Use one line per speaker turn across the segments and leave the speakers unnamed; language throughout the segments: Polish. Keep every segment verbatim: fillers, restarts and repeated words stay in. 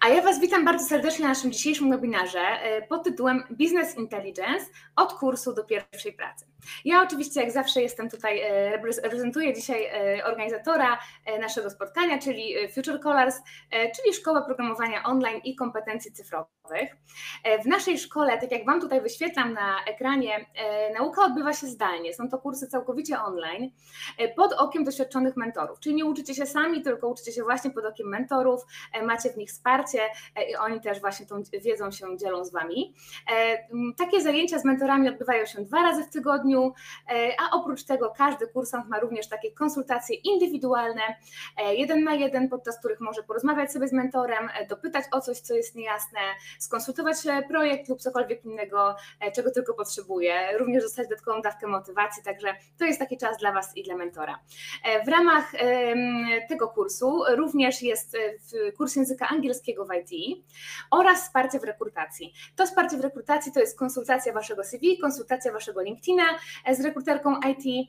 A ja Was witam bardzo serdecznie na naszym dzisiejszym webinarze pod tytułem Business Intelligence od kursu do pierwszej pracy. Ja oczywiście jak zawsze jestem tutaj, reprezentuję dzisiaj organizatora naszego spotkania, czyli Future Colors, czyli Szkoła Programowania Online i Kompetencji Cyfrowych. W naszej szkole, tak jak Wam tutaj wyświetlam na ekranie, nauka odbywa się zdalnie. Są to kursy całkowicie online, pod okiem doświadczonych mentorów, czyli nie uczycie się sami, tylko uczycie się właśnie pod okiem mentorów, macie w nich wsparcie i oni też właśnie tą wiedzą się dzielą z Wami. Takie zajęcia z mentorami odbywają się dwa razy w tygodniu, a oprócz tego każdy kursant ma również takie konsultacje indywidualne, jeden na jeden, podczas których może porozmawiać sobie z mentorem, dopytać o coś, co jest niejasne, skonsultować projekt lub cokolwiek innego, czego tylko potrzebuje, również dostać dodatkową dawkę motywacji, także to jest taki czas dla Was i dla mentora. W ramach tego kursu również jest kurs języka angielskiego w I T oraz wsparcie w rekrutacji. To wsparcie w rekrutacji to jest konsultacja Waszego C V, konsultacja Waszego LinkedIna z rekruterką I T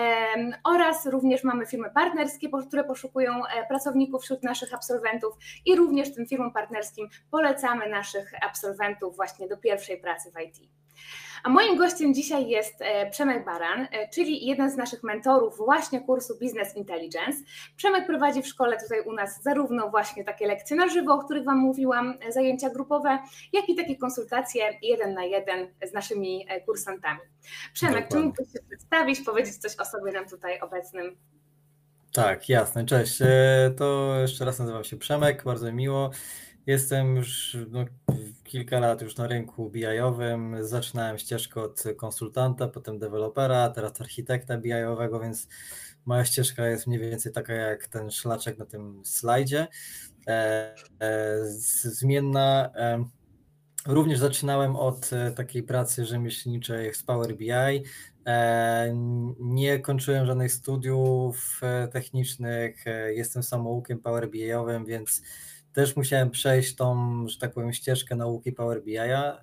oraz również mamy firmy partnerskie, które poszukują pracowników wśród naszych absolwentów i również tym firmom partnerskim polecamy naszych absolwentów właśnie do pierwszej pracy w I T. A moim gościem dzisiaj jest Przemek Baran, czyli jeden z naszych mentorów właśnie kursu Business Intelligence. Przemek prowadzi w szkole tutaj u nas zarówno właśnie takie lekcje na żywo, o których Wam mówiłam, zajęcia grupowe, jak i takie konsultacje jeden na jeden z naszymi kursantami. Przemek, Dokładnie. Czy mógłbyś się przedstawić, powiedzieć coś o sobie nam tutaj obecnym?
Tak, jasne, cześć. To jeszcze raz nazywam się Przemek, bardzo mi miło. Jestem już no, kilka lat już na rynku B I-owym. Zaczynałem ścieżkę od konsultanta, potem dewelopera, teraz architekta B I-owego, więc moja ścieżka jest mniej więcej taka jak ten szlaczek na tym slajdzie. E, e, zmienna. E, również zaczynałem od takiej pracy rzemieślniczej z Power B I. E, nie kończyłem żadnych studiów technicznych, jestem samoukiem Power B I-owym, więc też musiałem przejść tą, że tak powiem, ścieżkę nauki Power B I-a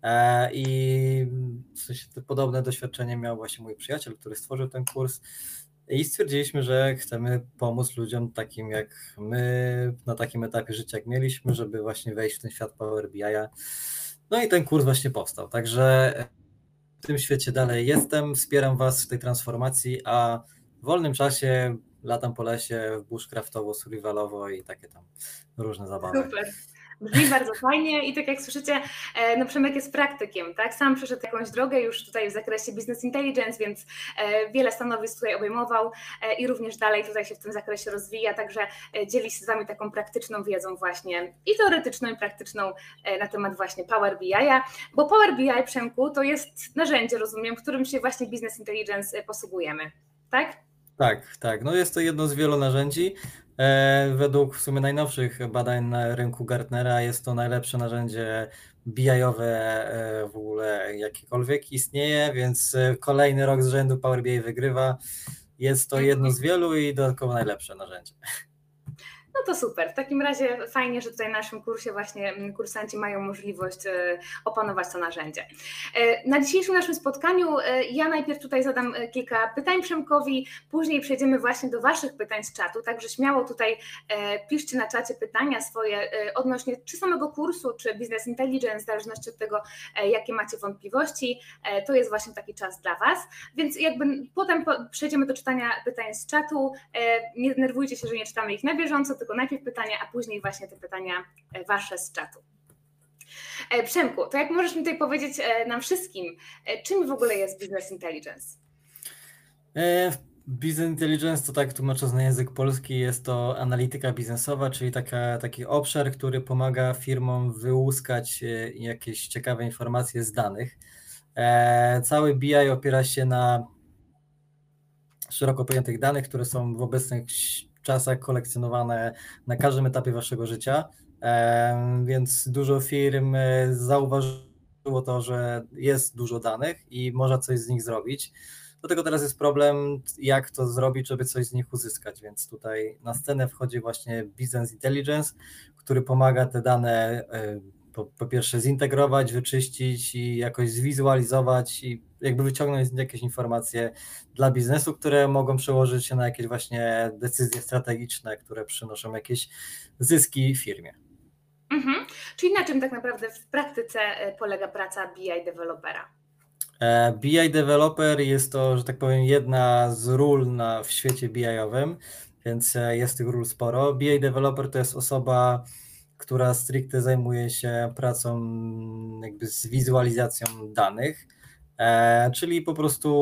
i w sensie podobne doświadczenie miał właśnie mój przyjaciel, który stworzył ten kurs i stwierdziliśmy, że chcemy pomóc ludziom takim jak my, na takim etapie życia jak mieliśmy, żeby właśnie wejść w ten świat Power B I-a. No i ten kurs właśnie powstał, także w tym świecie dalej jestem, wspieram Was w tej transformacji, a w wolnym czasie latam po lesie, w bushcraftowo, survivalowo i takie tam różne zabawy.
Super. Brzmi bardzo fajnie i tak jak słyszycie, no Przemek jest praktykiem, tak? Sam przeszedł jakąś drogę już tutaj w zakresie Business Intelligence, więc wiele stanowisk tutaj obejmował i również dalej tutaj się w tym zakresie rozwija, także dzieli się z Wami taką praktyczną wiedzą właśnie i teoretyczną i praktyczną na temat właśnie Power B I-a, bo Power B I, Przemku, to jest narzędzie, rozumiem, którym się właśnie Business Intelligence posługujemy, tak?
Tak, tak. No jest to jedno z wielu narzędzi. E, według w sumie najnowszych badań na rynku Gartnera jest to najlepsze narzędzie B I-owe e, w ogóle jakiekolwiek istnieje, więc kolejny rok z rzędu Power B I wygrywa. Jest to jedno z wielu i dodatkowo najlepsze narzędzie.
No to super, w takim razie fajnie, że tutaj w naszym kursie właśnie kursanci mają możliwość opanować to narzędzie. Na dzisiejszym naszym spotkaniu ja najpierw tutaj zadam kilka pytań Przemkowi, później przejdziemy właśnie do Waszych pytań z czatu, także śmiało tutaj piszcie na czacie pytania swoje odnośnie czy samego kursu, czy Business Intelligence, w zależności od tego, jakie macie wątpliwości, to jest właśnie taki czas dla Was, więc jakby potem przejdziemy do czytania pytań z czatu, nie denerwujcie się, że nie czytamy ich na bieżąco, tylko najpierw pytania, a później właśnie te pytania Wasze z czatu. Przemku, to jak możesz mi tutaj powiedzieć nam wszystkim, czym w ogóle jest Business Intelligence?
Business Intelligence to tak tłumacząc na język polski jest to analityka biznesowa, czyli taka, taki obszar, który pomaga firmom wyłuskać jakieś ciekawe informacje z danych. Cały B I opiera się na szeroko pojętych danych, które są w obecnych czasach kolekcjonowane na każdym etapie Waszego życia, więc dużo firm zauważyło to, że jest dużo danych i można coś z nich zrobić. Dlatego teraz jest problem, jak to zrobić, żeby coś z nich uzyskać, więc tutaj na scenę wchodzi właśnie Business Intelligence, który pomaga te dane po, po pierwsze zintegrować, wyczyścić i jakoś zwizualizować i jakby wyciągnąć z nich jakieś informacje dla biznesu, które mogą przełożyć się na jakieś właśnie decyzje strategiczne, które przynoszą jakieś zyski firmie.
Mhm. Czyli na czym tak naprawdę w praktyce polega praca B I dewelopera?
B I developer jest to, że tak powiem, jedna z ról na, w świecie B I-owym, więc jest tych ról sporo. B I developer to jest osoba, która stricte zajmuje się pracą jakby z wizualizacją danych, e, czyli po prostu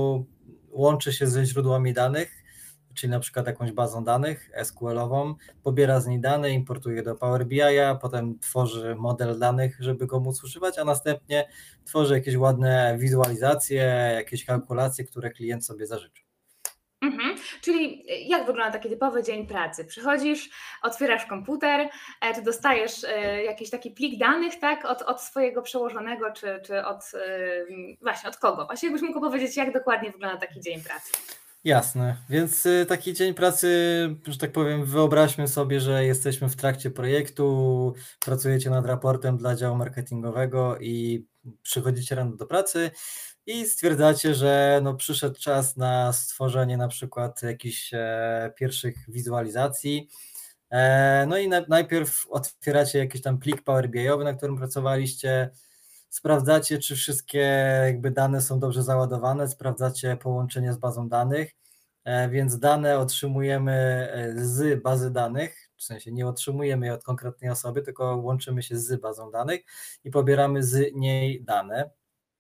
łączy się ze źródłami danych, czyli na przykład jakąś bazą danych S Q L-ową, pobiera z niej dane, importuje do Power B I-a, potem tworzy model danych, żeby go móc używać, a następnie tworzy jakieś ładne wizualizacje, jakieś kalkulacje, które klient sobie zażyczy.
Mhm. Czyli jak wygląda taki typowy dzień pracy? Przychodzisz, otwierasz komputer, czy dostajesz jakiś taki plik danych, tak, od, od swojego przełożonego, czy, czy od właśnie od kogo? Właśnie jakbyś mógł powiedzieć, jak dokładnie wygląda taki dzień pracy?
Jasne, więc taki dzień pracy, że tak powiem, wyobraźmy sobie, że jesteśmy w trakcie projektu, pracujecie nad raportem dla działu marketingowego i przychodzicie rano do pracy i stwierdzacie, że no przyszedł czas na stworzenie na przykład jakichś e, pierwszych wizualizacji. E, no i na, najpierw otwieracie jakiś tam plik Power B I-owy, na którym pracowaliście, sprawdzacie, czy wszystkie jakby dane są dobrze załadowane, sprawdzacie połączenie z bazą danych, e, więc dane otrzymujemy z bazy danych, w sensie nie otrzymujemy je od konkretnej osoby, tylko łączymy się z bazą danych i pobieramy z niej dane.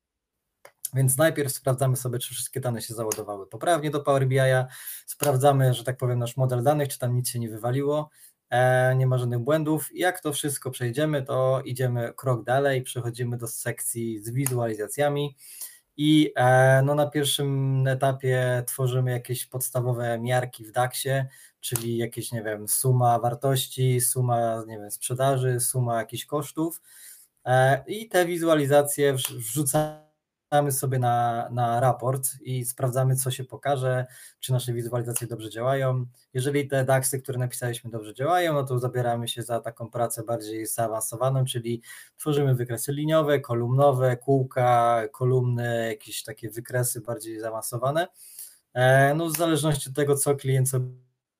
Więc najpierw sprawdzamy sobie, czy wszystkie dane się załadowały poprawnie do Power B I-a, sprawdzamy, że tak powiem, nasz model danych, czy tam nic się nie wywaliło, e, nie ma żadnych błędów. I jak to wszystko przejdziemy, to idziemy krok dalej, przechodzimy do sekcji z wizualizacjami i e, no, na pierwszym etapie tworzymy jakieś podstawowe miarki w DAX-ie, czyli jakieś, nie wiem, suma wartości, suma, nie wiem, sprzedaży, suma jakichś kosztów e, i te wizualizacje wrzucamy sobie na, na raport i sprawdzamy, co się pokaże, czy nasze wizualizacje dobrze działają. Jeżeli te daksy, które napisaliśmy, dobrze działają, no to zabieramy się za taką pracę bardziej zaawansowaną, czyli tworzymy wykresy liniowe, kolumnowe, kółka, kolumny, jakieś takie wykresy bardziej zaawansowane. No w zależności od tego, co klient sobie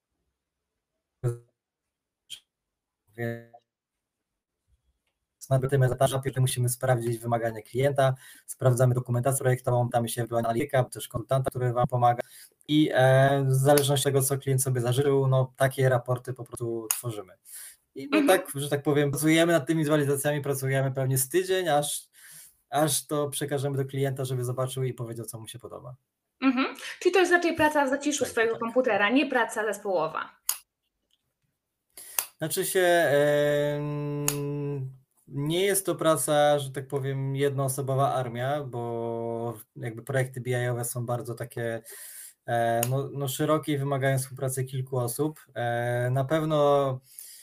na tym etapie musimy sprawdzić wymagania klienta, sprawdzamy dokumentację projektową, tam się analityka, też konsultanta, który Wam pomaga i e, w zależności od tego, co klient sobie zażyczył, no takie raporty po prostu tworzymy. I no tak, że tak powiem, pracujemy nad tymi wizualizacjami, pracujemy pewnie z tydzień, aż, aż to przekażemy do klienta, żeby zobaczył i powiedział, co mu się podoba.
Mhm. Czyli to jest raczej praca w zaciszu tak, swojego tak. komputera, nie praca zespołowa.
Znaczy się... E, Nie jest to praca, że tak powiem, jednoosobowa armia, bo jakby projekty B I-owe są bardzo takie no, no szerokie i wymagają współpracy kilku osób. Na pewno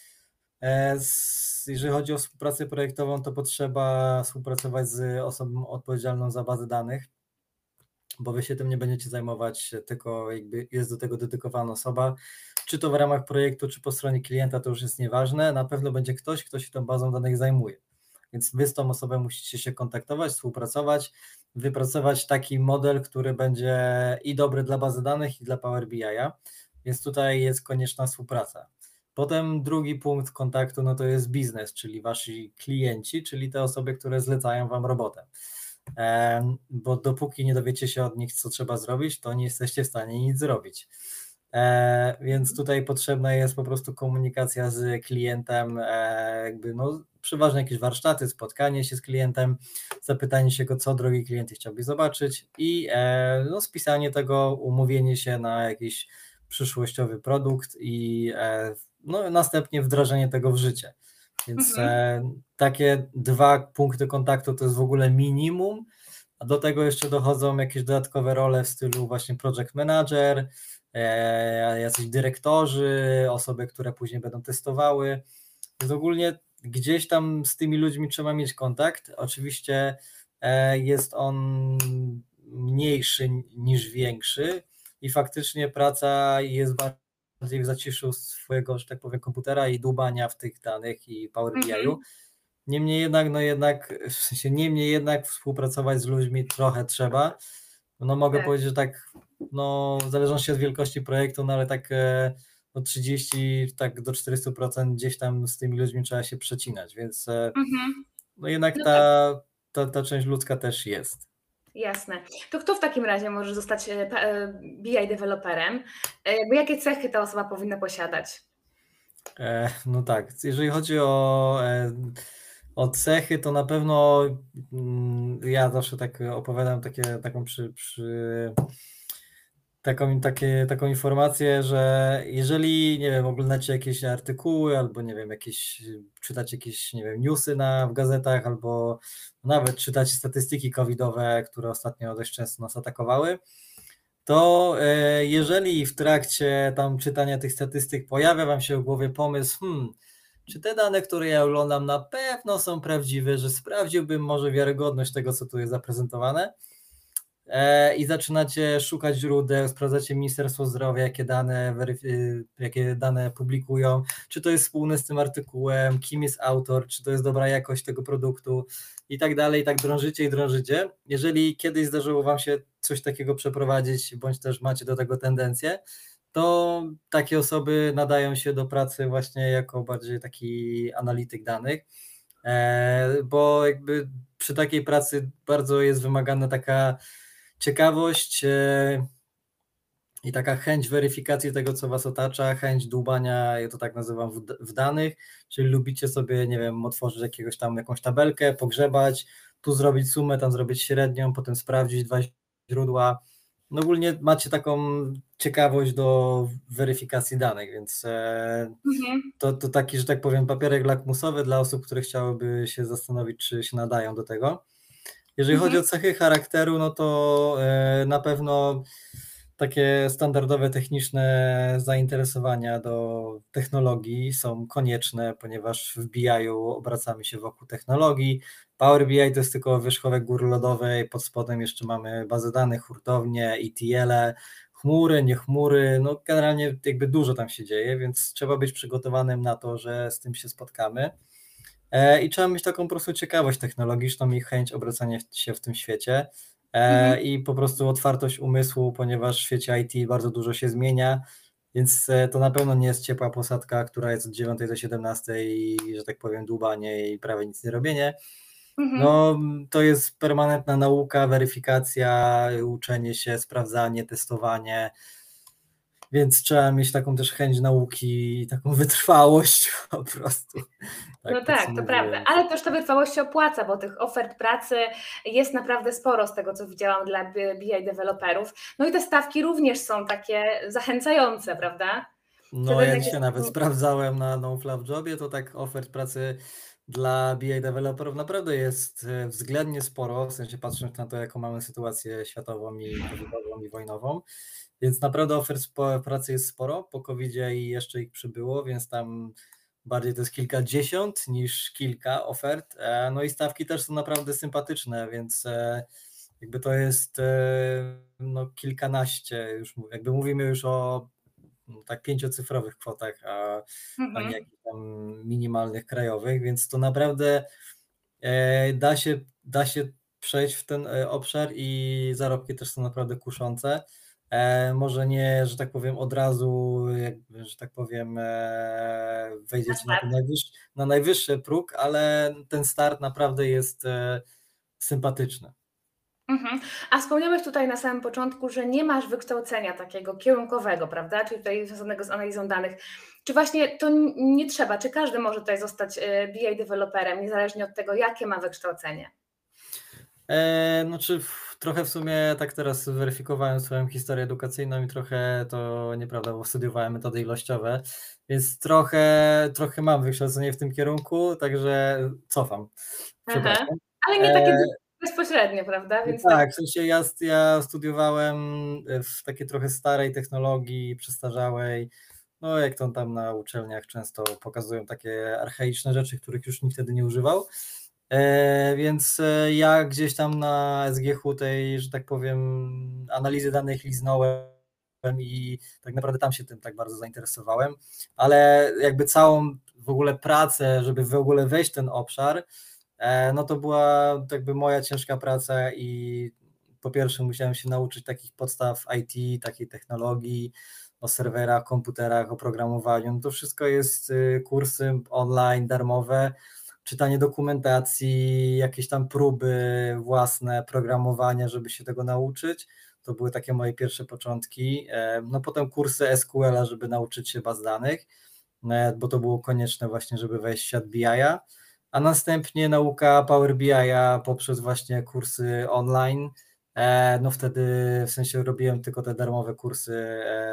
jeżeli chodzi o współpracę projektową, to potrzeba współpracować z osobą odpowiedzialną za bazę danych, bo wy się tym nie będziecie zajmować, tylko jakby jest do tego dedykowana osoba. Czy to w ramach projektu, czy po stronie klienta, to już jest nieważne. Na pewno będzie ktoś, kto się tą bazą danych zajmuje. Więc wy z tą osobą musicie się kontaktować, współpracować, wypracować taki model, który będzie i dobry dla bazy danych, i dla Power B I-a. Więc tutaj jest konieczna współpraca. Potem drugi punkt kontaktu, no to jest biznes, czyli wasi klienci, czyli te osoby, które zlecają wam robotę. Bo dopóki nie dowiecie się od nich, co trzeba zrobić, to nie jesteście w stanie nic zrobić. E, więc tutaj potrzebna jest po prostu komunikacja z klientem, e, jakby no przeważnie jakieś warsztaty, spotkanie się z klientem, zapytanie się go, co drogi klienty chciałby zobaczyć i e, no, spisanie tego, umówienie się na jakiś przyszłościowy produkt i e, no, następnie wdrożenie tego w życie. Więc mhm. e, takie dwa punkty kontaktu to jest w ogóle minimum, a do tego jeszcze dochodzą jakieś dodatkowe role w stylu właśnie project manager, e, jacyś dyrektorzy, osoby, które później będą testowały. Więc ogólnie gdzieś tam z tymi ludźmi trzeba mieć kontakt. Oczywiście e, jest on mniejszy niż większy i faktycznie praca jest bardziej w zaciszu swojego, że tak powiem, komputera i dłubania w tych danych i Power B I-u. Mhm. Niemniej jednak, no jednak, w sensie niemniej jednak współpracować z ludźmi trochę trzeba. No mogę tak powiedzieć, że tak, no w zależności od wielkości projektu, no ale tak no trzydzieści tak do czterdziestu procent gdzieś tam z tymi ludźmi trzeba się przecinać, więc
Mhm.
no jednak
No tak.
ta, ta, ta część ludzka też jest.
Jasne. To kto w takim razie może zostać e, pa- e, B I deweloperem? E, Jakby jakie cechy ta osoba powinna posiadać?
E, no tak, jeżeli chodzi o, e, o cechy, to na pewno mm, ja zawsze tak opowiadam takie, taką przy, przy taką, takie, taką informację, że jeżeli, nie wiem, oglądacie jakieś artykuły albo, nie wiem, jakieś, czytacie jakieś, nie wiem, newsy na, w gazetach albo nawet czytacie statystyki covidowe, które ostatnio dość często nas atakowały, to e, jeżeli w trakcie tam czytania tych statystyk pojawia wam się w głowie pomysł, hmm, czy te dane, które ja oglądam, na pewno są prawdziwe, że sprawdziłbym może wiarygodność tego, co tu jest zaprezentowane, e, i zaczynacie szukać źródeł, sprawdzacie Ministerstwo Zdrowia, jakie dane, weryf- jakie dane publikują, czy to jest spójne z tym artykułem, kim jest autor, czy to jest dobra jakość tego produktu i tak dalej, i tak drążycie i drążycie. Jeżeli kiedyś zdarzyło wam się coś takiego przeprowadzić, bądź też macie do tego tendencję, to takie osoby nadają się do pracy właśnie jako bardziej taki analityk danych, e, bo jakby przy takiej pracy bardzo jest wymagana taka ciekawość e, i taka chęć weryfikacji tego, co was otacza, chęć dłubania, ja to tak nazywam, w, w danych, czyli lubicie sobie, nie wiem, otworzyć jakiegoś tam, jakąś tabelkę, pogrzebać, tu zrobić sumę, tam zrobić średnią, potem sprawdzić dwa źródła. No ogólnie macie taką ciekawość do weryfikacji danych, więc e,
Mhm.
to, to taki, że tak powiem, papierek lakmusowy dla osób, które chciałyby się zastanowić, czy się nadają do tego. Jeżeli chodzi
Mhm.
o cechy charakteru, no to e, na pewno takie standardowe techniczne zainteresowania do technologii są konieczne, ponieważ w B I-u obracamy się wokół technologii. Power B I to jest tylko wierzchołek góry lodowej, pod spodem jeszcze mamy bazę danych, hurtownie, E T L-e, chmury, nie chmury, no generalnie jakby dużo tam się dzieje, więc trzeba być przygotowanym na to, że z tym się spotkamy. E, I trzeba mieć taką po prostu ciekawość technologiczną i chęć obracania się w tym świecie
Mhm.
e, i po prostu otwartość umysłu, ponieważ w świecie I T bardzo dużo się zmienia, więc e, to na pewno nie jest ciepła posadka, która jest od dziewiątej do siedemnastej i, że tak powiem, dłubanie i prawie nic nie robienie.
Mhm.
No, to jest permanentna nauka, weryfikacja, uczenie się, sprawdzanie, testowanie, więc trzeba mieć taką też chęć nauki i taką wytrwałość po prostu,
No
tak
tak, to prawda,
podsumowując.
ale też ta wytrwałość się opłaca, bo tych ofert pracy jest naprawdę sporo z tego, co widziałam dla B I deweloperów. No i te stawki również są takie zachęcające, prawda? Ten
No ja
rynek
dzisiaj
jest...
nawet sprawdzałem na NoFluff.jobie, to tak ofert pracy dla B I deweloperów naprawdę jest e, względnie sporo, w sensie patrząc na to, jaką mamy sytuację światową i covidową i wojnową, więc naprawdę ofert spo- pracy jest sporo, po covidzie i jeszcze ich przybyło, więc tam bardziej to jest kilkadziesiąt niż kilka ofert, e, no i stawki też są naprawdę sympatyczne, więc e, jakby to jest e, no kilkanaście, już mów- jakby mówimy już o no, tak pięciocyfrowych kwotach, a, a nie
Mhm.
jakichś tam minimalnych krajowych, więc to naprawdę e, da się, da się przejść w ten e, obszar i zarobki też są naprawdę kuszące. E, może nie, że tak powiem, od razu, jakby, że tak powiem, e,
Na
wejdziecie na ten
start.
najwyższy, na najwyższy próg, ale ten start naprawdę jest e, sympatyczny.
Mhm. A wspomniałeś tutaj na samym początku, że nie masz wykształcenia takiego kierunkowego, prawda? Czyli tutaj związanego z analizą danych. Czy właśnie to n- nie trzeba? Czy każdy może tutaj zostać e, B I deweloperem, niezależnie od tego, jakie ma wykształcenie?
E, no czy w, trochę w sumie tak teraz weryfikowałem swoją historię edukacyjną i trochę to nieprawda, bo studiowałem metody ilościowe, więc trochę, trochę mam wykształcenie w tym kierunku, także cofam,
Aha.
przepraszam.
Ale nie takie
E,
bezpośrednie, prawda? Więc tak.
tak, w sensie ja, ja studiowałem w takiej trochę starej technologii, przestarzałej, no jak to tam na uczelniach często pokazują takie archaiczne rzeczy, których już nikt wtedy nie używał. E, więc e, ja gdzieś tam na S G H tej, że tak powiem, analizy danych liznąłem i tak naprawdę tam się tym tak bardzo zainteresowałem, ale jakby całą w ogóle pracę, żeby w ogóle wejść w ten obszar, e, no to była jakby moja ciężka praca i po pierwsze musiałem się nauczyć takich podstaw I T, takiej technologii, o serwerach, komputerach, o programowaniu. No to wszystko jest kursy online, darmowe, czytanie dokumentacji, jakieś tam próby własne, programowania, żeby się tego nauczyć. To były takie moje pierwsze początki. No potem kursy S Q L-a, żeby nauczyć się baz danych, bo to było konieczne właśnie, żeby wejść w świat B I-a, a następnie nauka Power B I-a poprzez właśnie kursy online. No wtedy w sensie robiłem tylko te darmowe kursy,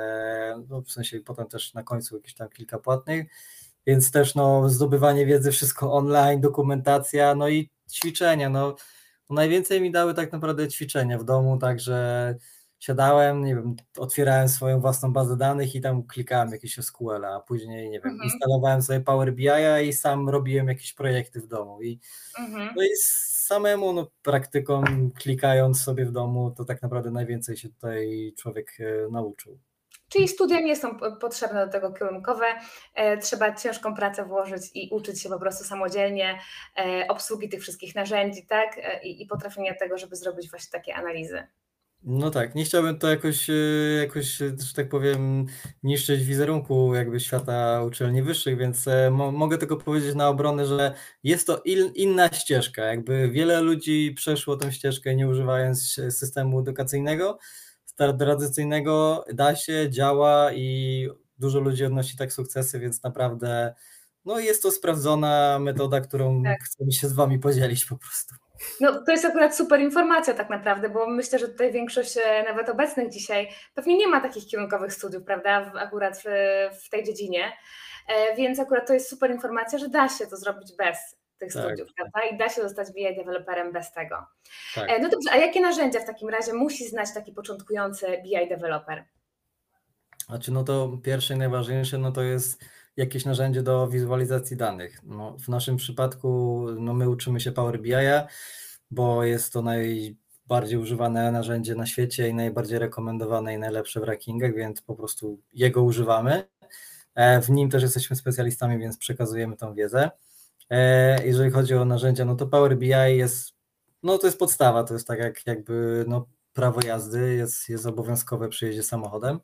no w sensie potem też na końcu jakieś tam kilka płatnych, więc też no zdobywanie wiedzy, wszystko online, dokumentacja, no i ćwiczenia, no najwięcej mi dały tak naprawdę ćwiczenia w domu, także siadałem, nie wiem, otwierałem swoją własną bazę danych i tam klikałem jakieś S Q L-a, a później, nie wiem,
Mhm.
instalowałem sobie Power B I-a i sam robiłem jakieś projekty w domu i,
Mhm.
no i samemu no, praktyką, klikając sobie w domu, to tak naprawdę najwięcej się tutaj człowiek nauczył.
Czyli studia nie są potrzebne do tego kierunkowe, trzeba ciężką pracę włożyć i uczyć się po prostu samodzielnie obsługi tych wszystkich narzędzi, tak? I, i potrafienia tego, żeby zrobić właśnie takie analizy.
No tak, nie chciałbym to jakoś, jakoś, że tak powiem, niszczyć wizerunku jakby świata uczelni wyższych, więc mo mogę tylko powiedzieć na obronę, że jest to il, inna ścieżka, jakby wiele ludzi przeszło tę ścieżkę nie używając systemu edukacyjnego, tradycyjnego, da się, działa i dużo ludzi odnosi tak sukcesy, więc naprawdę no jest to sprawdzona metoda, którą tak. chcę się z wami podzielić po prostu.
No to jest akurat super informacja tak naprawdę, bo myślę, że tutaj większość nawet obecnych dzisiaj pewnie nie ma takich kierunkowych studiów, prawda, akurat w, w tej dziedzinie, więc akurat to jest super informacja, że da się to zrobić bez tych
tak,
studiów, prawda, i da się zostać B I deweloperem bez tego.
Tak.
No dobrze, a jakie narzędzia w takim razie musi znać taki początkujący B I deweloper?
Znaczy no to pierwsze i najważniejsze no to jest jakieś narzędzie do wizualizacji danych. No, w naszym przypadku no my uczymy się Power B I-a, bo jest to najbardziej używane narzędzie na świecie i najbardziej rekomendowane i najlepsze w rankingach, więc po prostu jego używamy. W nim też jesteśmy specjalistami, więc przekazujemy tą wiedzę. Jeżeli chodzi o narzędzia, no to Power B I jest, no to jest podstawa, to jest tak jak jakby no prawo jazdy, jest, jest obowiązkowe przy jeździe samochodem.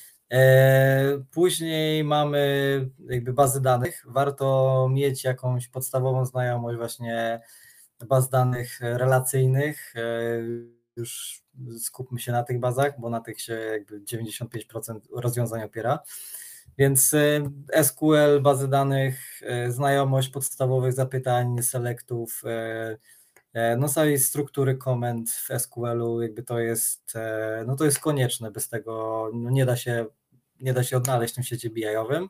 Później mamy jakby bazy danych. Warto mieć jakąś podstawową znajomość właśnie baz danych relacyjnych. Już skupmy się na tych bazach, bo na tych się jakby dziewięćdziesiąt pięć procent rozwiązań opiera. Więc S Q L, bazy danych, znajomość podstawowych zapytań, selektów, no całej struktury komend w S Q L-u, jakby to jest, no to jest konieczne, bez tego no nie da się nie da się odnaleźć w tym świecie B I-owym.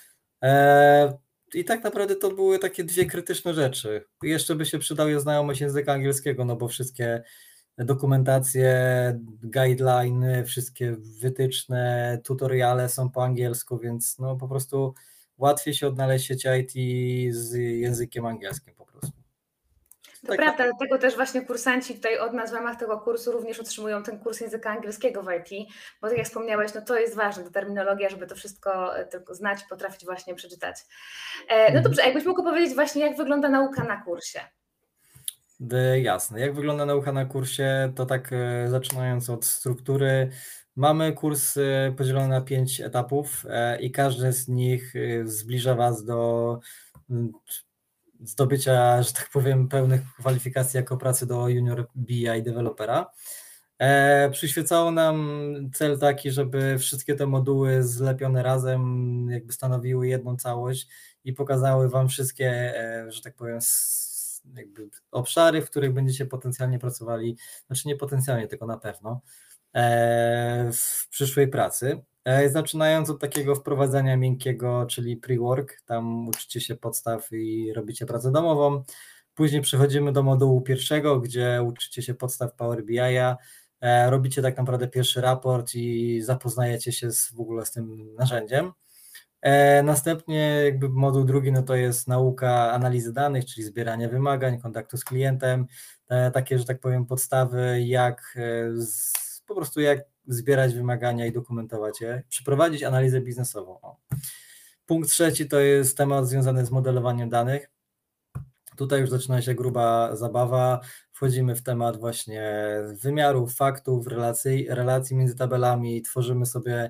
I tak naprawdę to były takie dwie krytyczne rzeczy. Jeszcze by się przydała znajomość języka angielskiego, no bo wszystkie dokumentacje, guideline, wszystkie wytyczne, tutoriale są po angielsku, więc no po prostu łatwiej się odnaleźć w świecie I T z językiem angielskim po prostu.
To tak, prawda, dlatego też właśnie kursanci tutaj od nas w ramach tego kursu również otrzymują ten kurs języka angielskiego w I T, bo tak jak wspomniałeś, no to jest ważne, ta terminologia, żeby to wszystko tylko znać, potrafić właśnie przeczytać. No dobrze, a jakbyś mógł powiedzieć właśnie, jak wygląda nauka na kursie?
Jasne, jak wygląda nauka na kursie, to tak zaczynając od struktury, mamy kurs podzielony na pięć etapów i każdy z nich zbliża Was do zdobycia, że tak powiem, pełnych kwalifikacji jako pracy do junior B I dewelopera. E, przyświecało nam cel taki, żeby wszystkie te moduły zlepione razem jakby stanowiły jedną całość i pokazały Wam wszystkie, e, że tak powiem, s, jakby obszary, w których będziecie potencjalnie pracowali, znaczy nie potencjalnie, tylko na pewno, e, w przyszłej pracy. Zaczynając od takiego wprowadzenia miękkiego, czyli pre-work, tam uczycie się podstaw i robicie pracę domową. Później przechodzimy do modułu pierwszego, gdzie uczycie się podstaw Power B I-a, robicie tak naprawdę pierwszy raport i zapoznajecie się z, w ogóle z tym narzędziem. Następnie jakby moduł drugi, no to jest nauka analizy danych, czyli zbieranie wymagań, kontaktu z klientem, takie, że tak powiem, podstawy, jak z, po prostu jak zbierać wymagania i dokumentować je, przeprowadzić analizę biznesową. O. Punkt trzeci to jest temat związany z modelowaniem danych. Tutaj już zaczyna się gruba zabawa, wchodzimy w temat właśnie wymiarów, faktów, relacji, relacji między tabelami, tworzymy sobie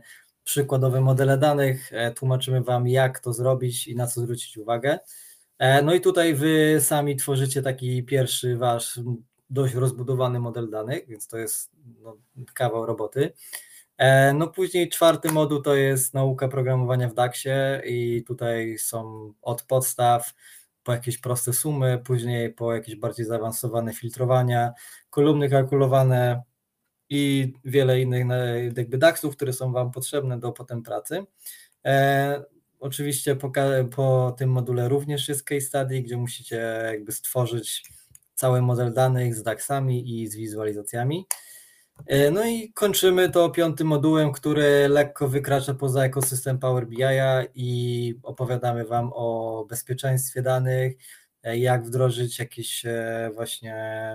przykładowe modele danych, tłumaczymy Wam, jak to zrobić i na co zwrócić uwagę. No i tutaj Wy sami tworzycie taki pierwszy Wasz dość rozbudowany model danych, więc to jest no, kawał roboty. No później czwarty moduł to jest nauka programowania w daksie i tutaj są od podstaw po jakieś proste sumy, później po jakieś bardziej zaawansowane filtrowania, kolumny kalkulowane i wiele innych jakby daksów, które są Wam potrzebne do potem pracy. E, oczywiście po, po tym module również jest case study, gdzie musicie jakby stworzyć cały model danych z daksami i z wizualizacjami. No i kończymy to piątym modułem, który lekko wykracza poza ekosystem Power B I i opowiadamy Wam o bezpieczeństwie danych, jak wdrożyć jakieś właśnie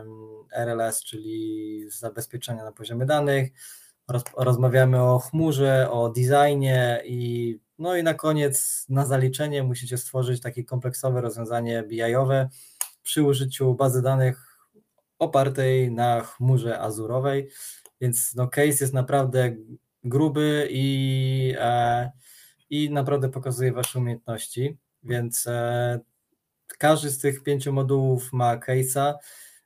R L S, czyli zabezpieczenia na poziomie danych. Roz, rozmawiamy o chmurze, o designie i no i na koniec na zaliczenie musicie stworzyć takie kompleksowe rozwiązanie B I-owe przy użyciu bazy danych opartej na chmurze azurowej, więc no case jest naprawdę gruby i, e, i naprawdę pokazuje Wasze umiejętności, więc e, każdy z tych pięciu modułów ma case'a,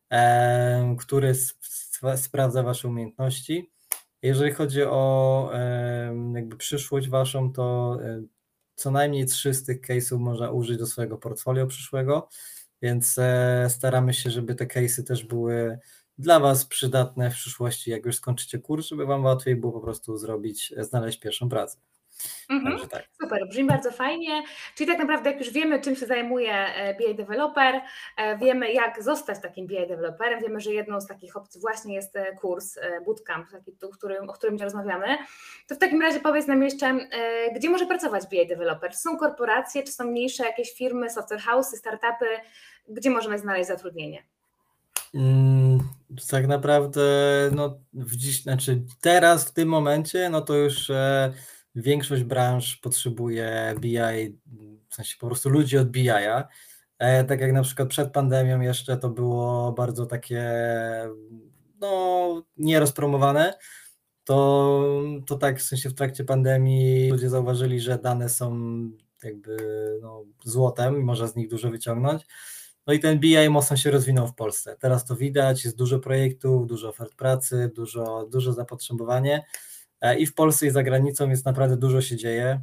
e, który sp- sprawdza Wasze umiejętności. Jeżeli chodzi o e, jakby przyszłość Waszą, to e, co najmniej trzy z tych case'ów można użyć do swojego portfolio przyszłego, więc staramy się, żeby te case'y też były dla Was przydatne w przyszłości, jak już skończycie kurs, żeby Wam łatwiej było po prostu zrobić, znaleźć pierwszą pracę.
Mhm.
Także tak.
Super, brzmi bardzo fajnie. Czyli tak naprawdę jak już wiemy, czym się zajmuje B I developer, wiemy jak zostać takim B I developerem, wiemy, że jedną z takich opcji właśnie jest kurs, bootcamp, taki, o którym, o którym rozmawiamy, to w takim razie powiedz nam jeszcze, gdzie może pracować B I developer? Czy są korporacje, czy są mniejsze jakieś firmy, software house'y, startupy, gdzie możemy znaleźć zatrudnienie?
Hmm, tak naprawdę no w dziś, znaczy teraz w tym momencie, no to już e, większość branż potrzebuje B I, w sensie po prostu ludzi od B I-a. E, tak jak na przykład przed pandemią jeszcze to było bardzo takie no nierozpromowane, to, to tak w sensie w trakcie pandemii ludzie zauważyli, że dane są jakby no, złotem i można z nich dużo wyciągnąć. No i ten B I mocno się rozwinął w Polsce. Teraz to widać, jest dużo projektów, dużo ofert pracy, dużo, dużo zapotrzebowanie i w Polsce i za granicą jest naprawdę dużo się dzieje.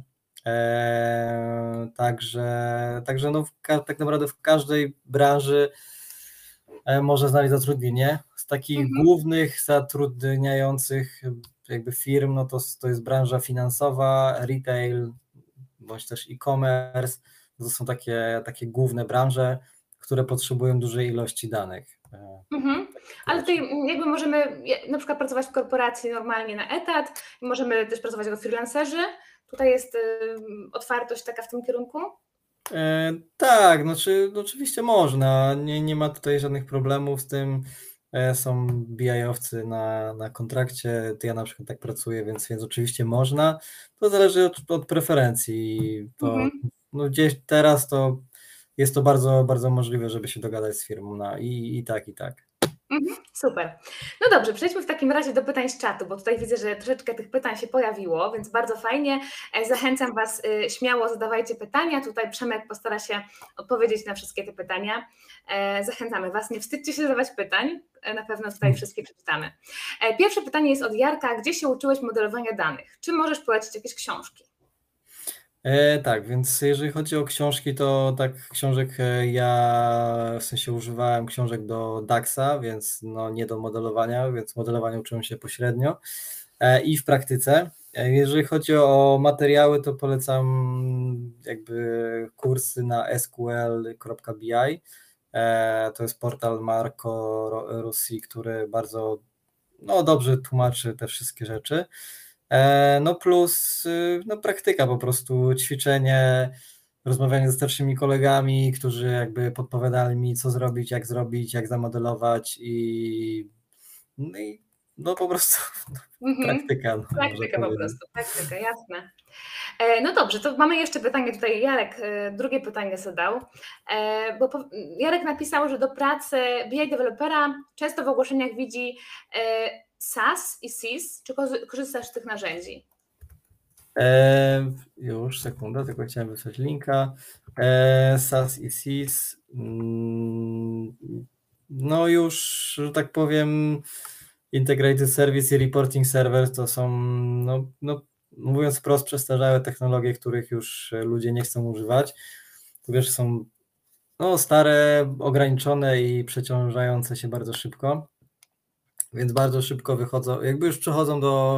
Eee, także także no w, tak naprawdę w każdej branży e, można znaleźć zatrudnienie. Z takich mhm. głównych zatrudniających jakby firm, no to, to jest branża finansowa, retail, bądź też e-commerce. To są takie, takie główne branże, które potrzebują dużej ilości danych.
Mhm. Ale tutaj jakby możemy na przykład pracować w korporacji normalnie na etat, możemy też pracować jako freelancerzy. Tutaj jest otwartość taka w tym kierunku?
E, tak, znaczy oczywiście można, nie, nie ma tutaj żadnych problemów z tym. E, są B I-owcy na, na kontrakcie, ja na przykład tak pracuję, więc, więc oczywiście można. To zależy od, od preferencji. To, mhm. no gdzieś teraz to jest to bardzo, bardzo możliwe, żeby się dogadać z firmą na i, i tak, i tak.
Mhm, super. No dobrze, przejdźmy w takim razie do pytań z czatu, bo tutaj widzę, że troszeczkę tych pytań się pojawiło, więc bardzo fajnie. Zachęcam Was, śmiało zadawajcie pytania. Tutaj Przemek postara się odpowiedzieć na wszystkie te pytania. Zachęcamy Was, nie wstydźcie się zadawać pytań, na pewno tutaj wszystkie przeczytamy. Pierwsze pytanie jest od Jarka. Gdzie się uczyłeś modelowania danych? Czy możesz polecić jakieś książki?
E, tak, więc jeżeli chodzi o książki, to tak książek ja w sensie używałem książek do daksa, więc no nie do modelowania, więc modelowania uczyłem się pośrednio e, i w praktyce. E, jeżeli chodzi o materiały, to polecam jakby kursy na S Q L kropka B I. E, to jest portal Marco Rossi, który bardzo no, dobrze tłumaczy te wszystkie rzeczy. No plus no praktyka po prostu, ćwiczenie, rozmawianie ze starszymi kolegami, którzy jakby podpowiadali mi, co zrobić, jak zrobić, jak zamodelować i no, i, no po prostu
mhm.
praktyka. No,
praktyka po prostu, praktyka, jasne. No dobrze, to mamy jeszcze pytanie tutaj, Jarek drugie pytanie zadał, bo Jarek napisał, że do pracy B I dewelopera często w ogłoszeniach widzi S A S i S I S. Czy korzystasz z tych narzędzi?
E, już, sekunda, tylko chciałem wysłać linka. E, SaaS i S I S. Mm, no już, że tak powiem, Integrated Service i Reporting Server to są, no, no mówiąc wprost, przestarzałe technologie, których już ludzie nie chcą używać. To wiesz, są no, stare, ograniczone i przeciążające się bardzo szybko, więc bardzo szybko wychodzą, jakby już przechodzą do,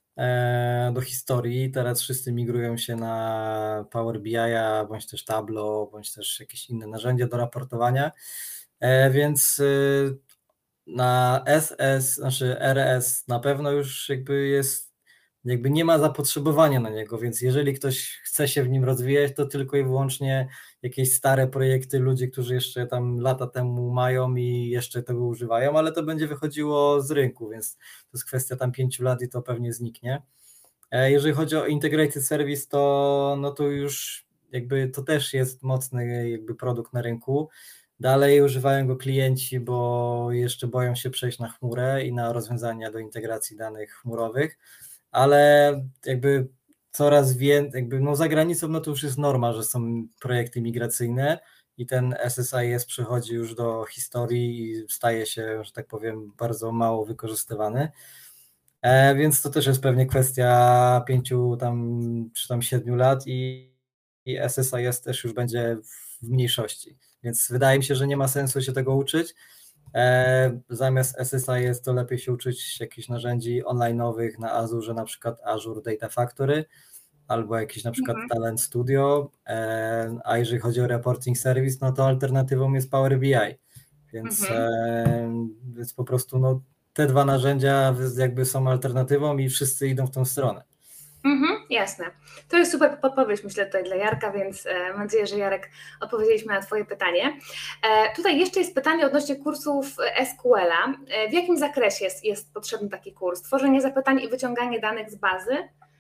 e, do historii. Teraz wszyscy migrują się na Power B I, bądź też Tableau, bądź też jakieś inne narzędzia do raportowania, e, więc y, na S S, znaczy R S na pewno już jakby jest, jakby nie ma zapotrzebowania na niego, więc jeżeli ktoś chce się w nim rozwijać, to tylko i wyłącznie jakieś stare projekty, ludzie, którzy jeszcze tam lata temu mają i jeszcze tego używają, ale to będzie wychodziło z rynku, więc to jest kwestia tam pięciu lat i to pewnie zniknie. Jeżeli chodzi o Integrated Service, to no to już jakby to też jest mocny jakby produkt na rynku. Dalej używają go klienci, bo jeszcze boją się przejść na chmurę i na rozwiązania do integracji danych chmurowych, ale jakby coraz więcej, jakby no za granicą no to już jest norma, że są projekty migracyjne i ten S S I S przychodzi już do historii i staje się, że tak powiem, bardzo mało wykorzystywany. E, więc to też jest pewnie kwestia pięciu tam, czy tam siedmiu lat i, i S S I S też już będzie w mniejszości. Więc wydaje mi się, że nie ma sensu się tego uczyć. E, zamiast S S I S to lepiej się uczyć jakichś narzędzi online'owych na Azure, na przykład Azure Data Factory albo jakiś na przykład
Mhm.
Talent Studio, e, a jeżeli chodzi o Reporting Service, no to alternatywą jest Power B I, więc,
Mhm.
e, więc po prostu no, te dwa narzędzia jakby są alternatywą i wszyscy idą w tą stronę.
Mhm, jasne. To jest super podpowiedź, myślę, tutaj dla Jarka, więc e, mam nadzieję, że Jarek odpowiedzieliśmy na Twoje pytanie. E, tutaj jeszcze jest pytanie odnośnie kursów S Q L-a. E, w jakim zakresie jest, jest potrzebny taki kurs? Tworzenie zapytań i wyciąganie danych z bazy?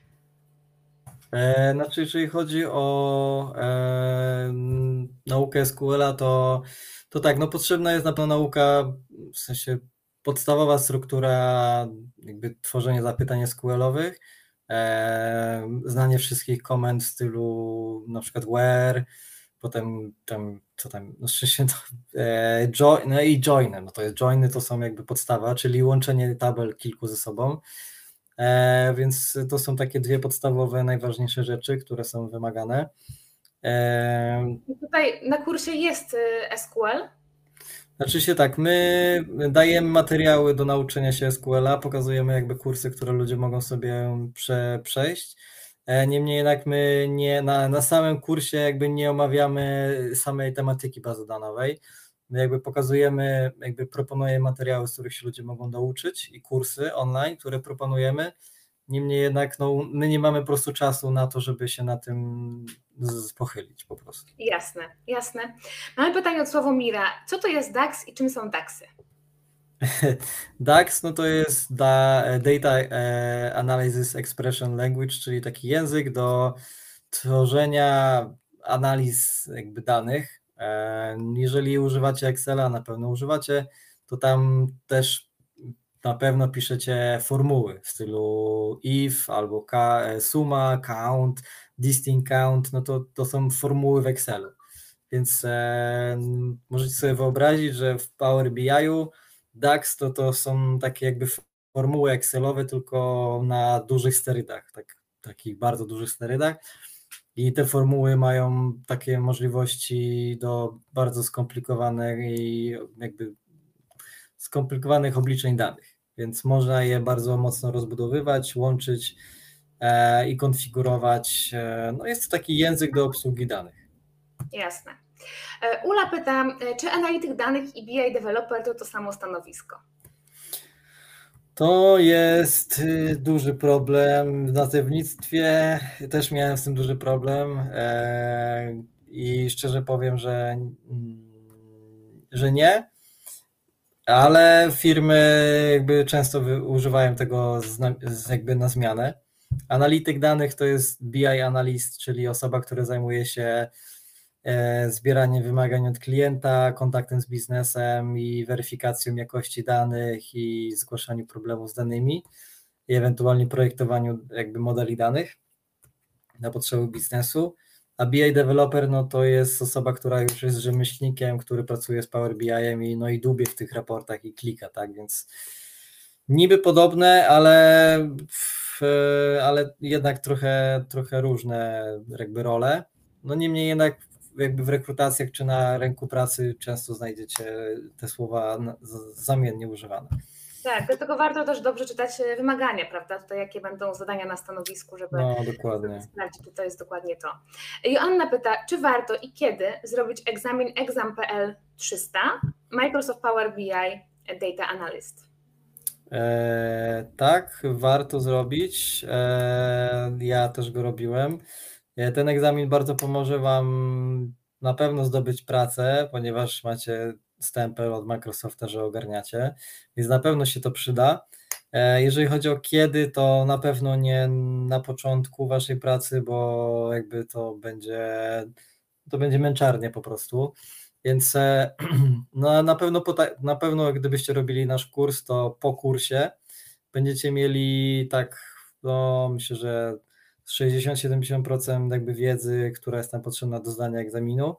E, znaczy, jeżeli chodzi o e, naukę S Q L-a, to, to tak, no potrzebna jest na pewno nauka, w sensie podstawowa struktura jakby tworzenia zapytań S Q L-owych, e, znanie wszystkich komend w stylu na przykład where, potem tam, co tam, no szczęście to, e, join, no i joiny, no to jest joiny, to są jakby podstawa, czyli łączenie tabel kilku ze sobą. E, więc to są takie dwie podstawowe, najważniejsze rzeczy, które są wymagane. E,
I tutaj na kursie jest y, S Q L?
znaczy się tak, my dajemy materiały do nauczenia się S Q L-a, pokazujemy jakby kursy, które ludzie mogą sobie prze, przejść. E, niemniej jednak my nie, na, na samym kursie jakby nie omawiamy samej tematyki bazodanowej. My jakby pokazujemy, jakby proponujemy materiały, z których się ludzie mogą nauczyć i kursy online, które proponujemy. Niemniej jednak no, my nie mamy po prostu czasu na to, żeby się na tym z- pochylić po prostu.
Jasne, jasne. Mamy pytanie od Sławomira. Co to jest DAX i czym są DAXy?
DAX no to jest da, Data e, Analysis Expression Language, czyli taki język do tworzenia analiz jakby danych. E, jeżeli używacie Excela, na pewno używacie, to tam też na pewno piszecie formuły w stylu if albo ka, suma, count, distinct count, no to, to są formuły w Excelu. Więc e, możecie sobie wyobrazić, że w Power B I-u DAX to, to są takie jakby formuły Excelowe, tylko na dużych sterydach, tak, takich bardzo dużych sterydach. I te formuły mają takie możliwości do bardzo skomplikowanych i jakby skomplikowanych obliczeń danych, więc można je bardzo mocno rozbudowywać, łączyć e, i konfigurować. E, no jest to taki język do obsługi danych.
Jasne. E, Ula pyta, e, czy analityk danych i B I developer to to samo stanowisko?
To jest y, duży problem w nazewnictwie. Też miałem z tym duży problem e, i szczerze powiem, że, mm, że nie, ale firmy jakby często wy- używają tego zna, z- jakby na zmianę. Analityk danych to jest B I analyst, czyli osoba, która zajmuje się e, zbieraniem wymagań od klienta, kontaktem z biznesem i weryfikacją jakości danych i zgłaszaniu problemów z danymi i ewentualnie projektowaniu jakby modeli danych. na potrzeby biznesu, a B I developer no to jest osoba, która już jest rzemieślnikiem, który pracuje z Power B I-em i, no i dłubie w tych raportach i klika, tak, więc niby podobne, ale, w, ale jednak trochę, trochę różne jakby role. No niemniej jednak jakby w rekrutacjach czy na rynku pracy często znajdziecie te słowa zamiennie używane.
Tak, dlatego warto też dobrze czytać wymagania, prawda? Tutaj jakie będą zadania na stanowisku, żeby,
no, dokładnie.
żeby sprawdzić, czy to jest dokładnie to. Joanna pyta, czy warto i kiedy zrobić egzamin exam.pl trzysta Microsoft Power B I Data Analyst?
E, tak, warto zrobić. E, ja też go robiłem. Ten egzamin bardzo pomoże Wam na pewno zdobyć pracę, ponieważ macie stempel od Microsofta, że ogarniacie, więc na pewno się to przyda. Jeżeli chodzi o kiedy, to na pewno nie na początku Waszej pracy, bo jakby to będzie, to będzie męczarnie po prostu. Więc no, na pewno, na pewno gdybyście robili nasz kurs, to po kursie będziecie mieli tak, no myślę, że sześćdziesiąt do siedemdziesięciu procent jakby wiedzy, która jest tam potrzebna do zdania egzaminu.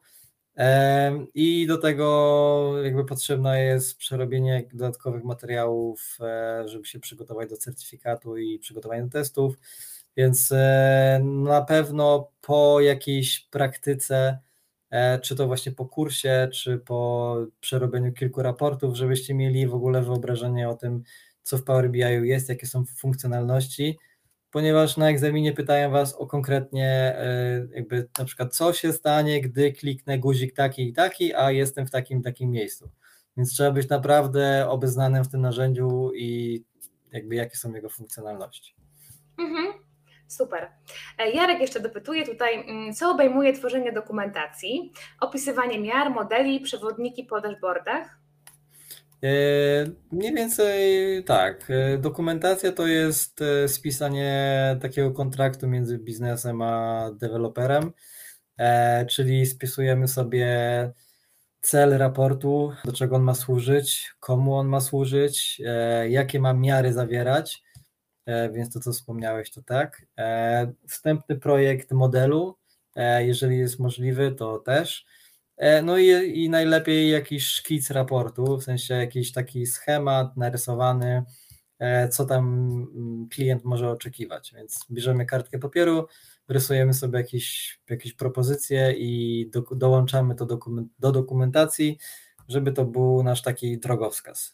I do tego jakby potrzebne jest przerobienie dodatkowych materiałów, żeby się przygotować do certyfikatu i przygotowania do testów, więc na pewno po jakiejś praktyce, czy to właśnie po kursie, czy po przerobieniu kilku raportów, żebyście mieli w ogóle wyobrażenie o tym, co w Power B I jest, jakie są funkcjonalności, ponieważ na egzaminie pytają Was o konkretnie jakby na przykład co się stanie, gdy kliknę guzik taki i taki, a jestem w takim takim miejscu. Więc trzeba być naprawdę obeznanym w tym narzędziu i jakby jakie są jego funkcjonalności.
Mhm. Super. Jarek jeszcze dopytuje tutaj, co obejmuje tworzenie dokumentacji, opisywanie miar, modeli, przewodniki po dashboardach?
Mniej więcej tak. Dokumentacja to jest spisanie takiego kontraktu między biznesem a deweloperem, czyli spisujemy sobie cel raportu, do czego on ma służyć, komu on ma służyć, jakie ma miary zawierać, więc to co wspomniałeś to tak. Wstępny projekt modelu, jeżeli jest możliwy, to też. No i, i najlepiej jakiś szkic raportu, w sensie jakiś taki schemat narysowany, co tam klient może oczekiwać, więc bierzemy kartkę papieru, rysujemy sobie jakieś, jakieś propozycje i do, dołączamy to dokument, do dokumentacji, żeby to był nasz taki drogowskaz.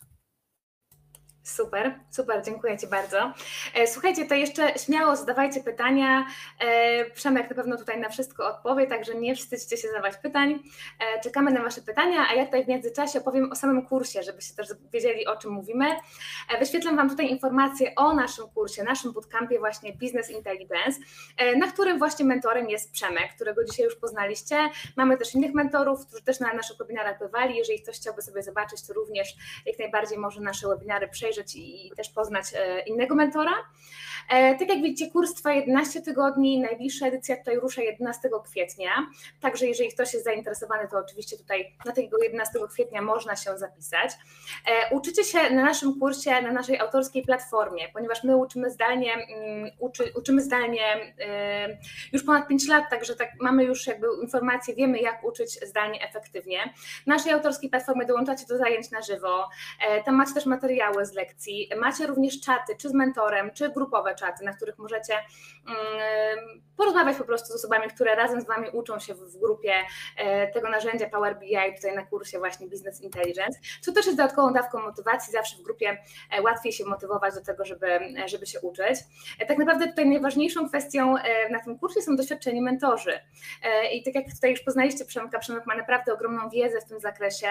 Super, super, dziękuję Ci bardzo. Słuchajcie, to jeszcze śmiało zadawajcie pytania. Przemek na pewno tutaj na wszystko odpowie, także nie wstydźcie się zadawać pytań. Czekamy na Wasze pytania, a ja tutaj w międzyczasie opowiem o samym kursie, żebyście też wiedzieli, o czym mówimy. Wyświetlam Wam tutaj informacje o naszym kursie, naszym bootcampie właśnie Business Intelligence, na którym właśnie mentorem jest Przemek, którego dzisiaj już poznaliście. Mamy też innych mentorów, którzy też na naszych webinarach bywali. Jeżeli ktoś chciałby sobie zobaczyć, to również jak najbardziej może nasze webinary przejrzeć i też poznać innego mentora. Tak jak widzicie, kurs trwa jedenaście tygodni, najbliższa edycja tutaj rusza jedenastego kwietnia, także jeżeli ktoś jest zainteresowany, to oczywiście tutaj na tego jedenastego kwietnia można się zapisać. Uczycie się na naszym kursie, na naszej autorskiej platformie, ponieważ my uczymy zdalnie, uczy, uczymy zdalnie już ponad pięć lat, także tak mamy już jakby informacje, wiemy jak uczyć zdalnie efektywnie. Na naszej autorskiej platformie dołączacie do zajęć na żywo, tam macie też materiały z lekcji, macie również czaty, czy z mentorem, czy grupowe czaty, na których możecie porozmawiać po prostu z osobami, które razem z Wami uczą się w grupie tego narzędzia Power B I, tutaj na kursie właśnie Business Intelligence, co też jest dodatkową dawką motywacji, zawsze w grupie łatwiej się motywować do tego, żeby, żeby się uczyć. Tak naprawdę tutaj najważniejszą kwestią na tym kursie są doświadczeni mentorzy i tak jak tutaj już poznaliście Przemka, Przemek ma naprawdę ogromną wiedzę w tym zakresie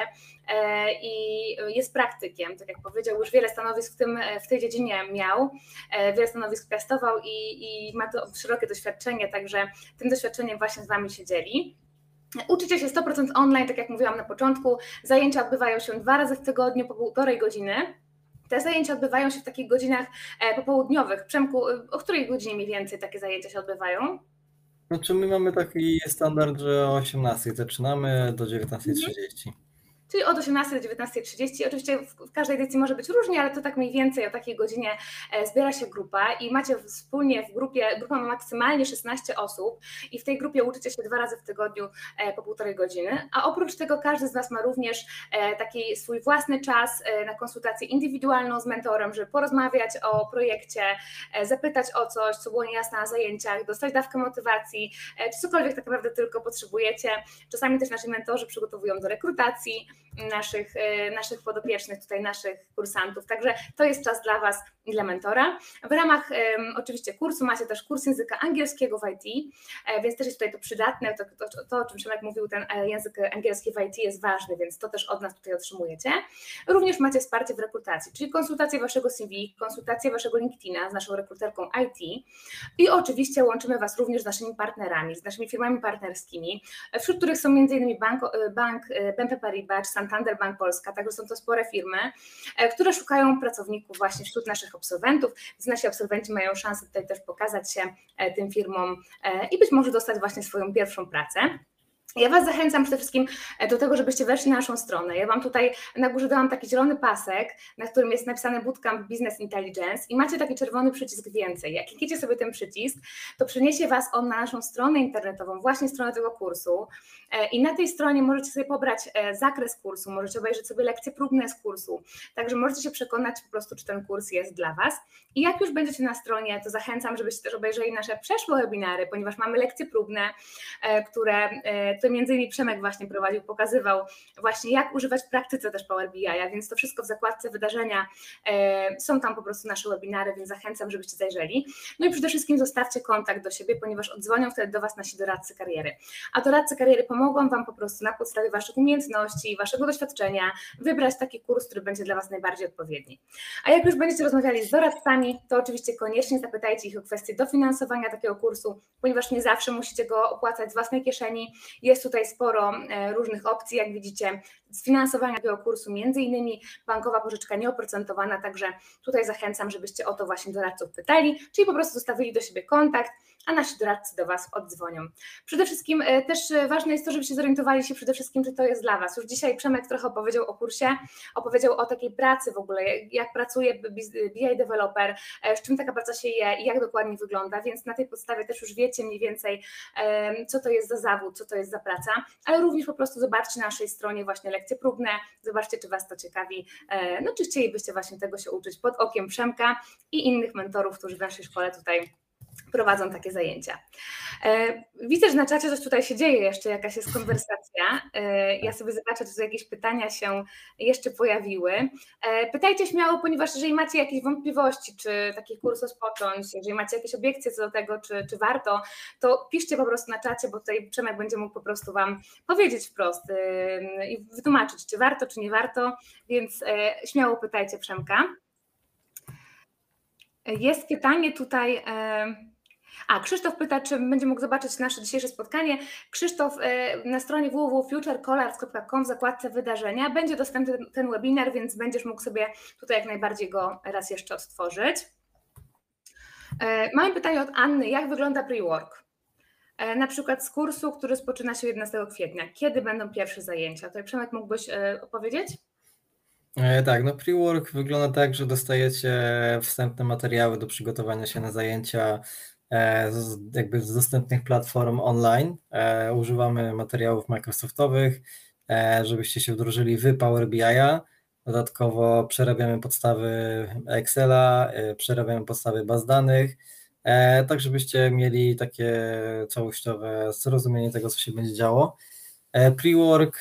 i jest praktykiem, tak jak powiedział, już wiele stanowisk w, tym, w tej dziedzinie miał, wiele stanowisk piastował i, i ma to szerokie doświadczenie, także tym doświadczeniem właśnie z Wami się dzieli. Uczycie się sto procent online, tak jak mówiłam na początku, zajęcia odbywają się dwa razy w tygodniu po półtorej godziny. Te zajęcia odbywają się w takich godzinach popołudniowych. Przemku, o której godzinie mniej więcej takie zajęcia się odbywają?
Znaczy my mamy taki standard, że o osiemnastej zaczynamy do dziewiętnastej trzydzieści.
czyli od osiemnastej do dziewiętnastej trzydzieści. Oczywiście w każdej edycji może być różnie, ale to tak mniej więcej o takiej godzinie zbiera się grupa i macie wspólnie w grupie, grupa ma maksymalnie szesnaście osób i w tej grupie uczycie się dwa razy w tygodniu po półtorej godziny, a oprócz tego każdy z Was ma również taki swój własny czas na konsultację indywidualną z mentorem, żeby porozmawiać o projekcie, zapytać o coś, co było niejasne na zajęciach, dostać dawkę motywacji, czy cokolwiek tak naprawdę tylko potrzebujecie. Czasami też nasi mentorzy przygotowują do rekrutacji naszych, naszych podopiecznych, tutaj naszych kursantów, także to jest czas dla Was i dla mentora. W ramach um, oczywiście kursu macie też kurs języka angielskiego w I T, więc też jest tutaj to przydatne, to, to, to o czym Przemek mówił, ten język angielski w I T jest ważny, więc to też od nas tutaj otrzymujecie. Również macie wsparcie w rekrutacji, czyli konsultację Waszego C V, konsultację Waszego LinkedIna z naszą rekruterką I T i oczywiście łączymy Was również z naszymi partnerami, z naszymi firmami partnerskimi, wśród których są m.in. Bank, Bank B N P Paribas, Santander Bank Polska, także są to spore firmy, które szukają pracowników właśnie wśród naszych absolwentów, więc nasi absolwenci mają szansę tutaj też pokazać się tym firmom i być może dostać właśnie swoją pierwszą pracę. Ja Was zachęcam przede wszystkim do tego, żebyście weszli na naszą stronę. Ja Wam tutaj na górze dałam taki zielony pasek, na którym jest napisane Bootcamp Business Intelligence i macie taki czerwony przycisk więcej. Jak klikniecie sobie ten przycisk, to przeniesie Was on na naszą stronę internetową, właśnie stronę tego kursu i na tej stronie możecie sobie pobrać zakres kursu, możecie obejrzeć sobie lekcje próbne z kursu, także możecie się przekonać po prostu, czy ten kurs jest dla Was. I jak już będziecie na stronie, to zachęcam, żebyście też obejrzeli nasze przeszłe webinary, ponieważ mamy lekcje próbne, które to między innymi Przemek właśnie prowadził, pokazywał właśnie jak używać w praktyce też Power B I, a więc to wszystko w zakładce wydarzenia, e, są tam po prostu nasze webinary, więc zachęcam, żebyście zajrzeli. No i przede wszystkim zostawcie kontakt do siebie, ponieważ odzwonią wtedy do Was nasi doradcy kariery. A doradcy kariery pomogą Wam po prostu na podstawie Waszych umiejętności, Waszego doświadczenia wybrać taki kurs, który będzie dla Was najbardziej odpowiedni. A jak już będziecie rozmawiali z doradcami, to oczywiście koniecznie zapytajcie ich o kwestię dofinansowania takiego kursu, ponieważ nie zawsze musicie go opłacać z własnej kieszeni. Jest tutaj sporo różnych opcji, jak widzicie, sfinansowania tego kursu, między innymi bankowa pożyczka nieoprocentowana, także tutaj zachęcam, żebyście o to właśnie doradców pytali, czyli po prostu zostawili do siebie kontakt, a nasi doradcy do Was oddzwonią. Przede wszystkim też ważne jest to, żebyście zorientowali się przede wszystkim, czy to jest dla Was. Już dzisiaj Przemek trochę opowiedział o kursie, opowiedział o takiej pracy w ogóle, jak pracuje B I developer, z czym taka praca się je i jak dokładnie wygląda, więc na tej podstawie też już wiecie mniej więcej, co to jest za zawód, co to jest za praca, ale również po prostu zobaczcie na naszej stronie właśnie lekcje próbne, zobaczcie, czy Was to ciekawi, no czy chcielibyście właśnie tego się uczyć pod okiem Przemka i innych mentorów, którzy w naszej szkole tutaj prowadzą takie zajęcia. Widzę, że na czacie coś tutaj się dzieje jeszcze, jakaś jest konwersacja. Ja sobie zobaczę, czy tu jakieś pytania się jeszcze pojawiły. Pytajcie śmiało, ponieważ jeżeli macie jakieś wątpliwości, czy taki kurs rozpocząć, jeżeli macie jakieś obiekcje co do tego, czy, czy warto, to piszcie po prostu na czacie, bo tutaj Przemek będzie mógł po prostu Wam powiedzieć wprost i wytłumaczyć, czy warto, czy nie warto, więc śmiało pytajcie Przemka. Jest pytanie tutaj, a Krzysztof pyta, czy będzie mógł zobaczyć nasze dzisiejsze spotkanie. Krzysztof, na stronie w w w kropka future colors kropka com w zakładce wydarzenia będzie dostępny ten webinar, więc będziesz mógł sobie tutaj jak najbardziej go raz jeszcze odtworzyć. Mamy pytanie od Anny, jak wygląda pre-work? Na przykład z kursu, który rozpoczyna się jedenastego kwietnia. Kiedy będą pierwsze zajęcia? Tutaj Przemek mógłbyś opowiedzieć?
Tak, no pre-work wygląda tak, że dostajecie wstępne materiały do przygotowania się na zajęcia z, jakby z dostępnych platform online. Używamy materiałów Microsoftowych, żebyście się wdrożyli w Power B I. Dodatkowo przerabiamy podstawy Excela, przerabiamy podstawy baz danych, tak żebyście mieli takie całościowe zrozumienie tego, co się będzie działo. Pre-work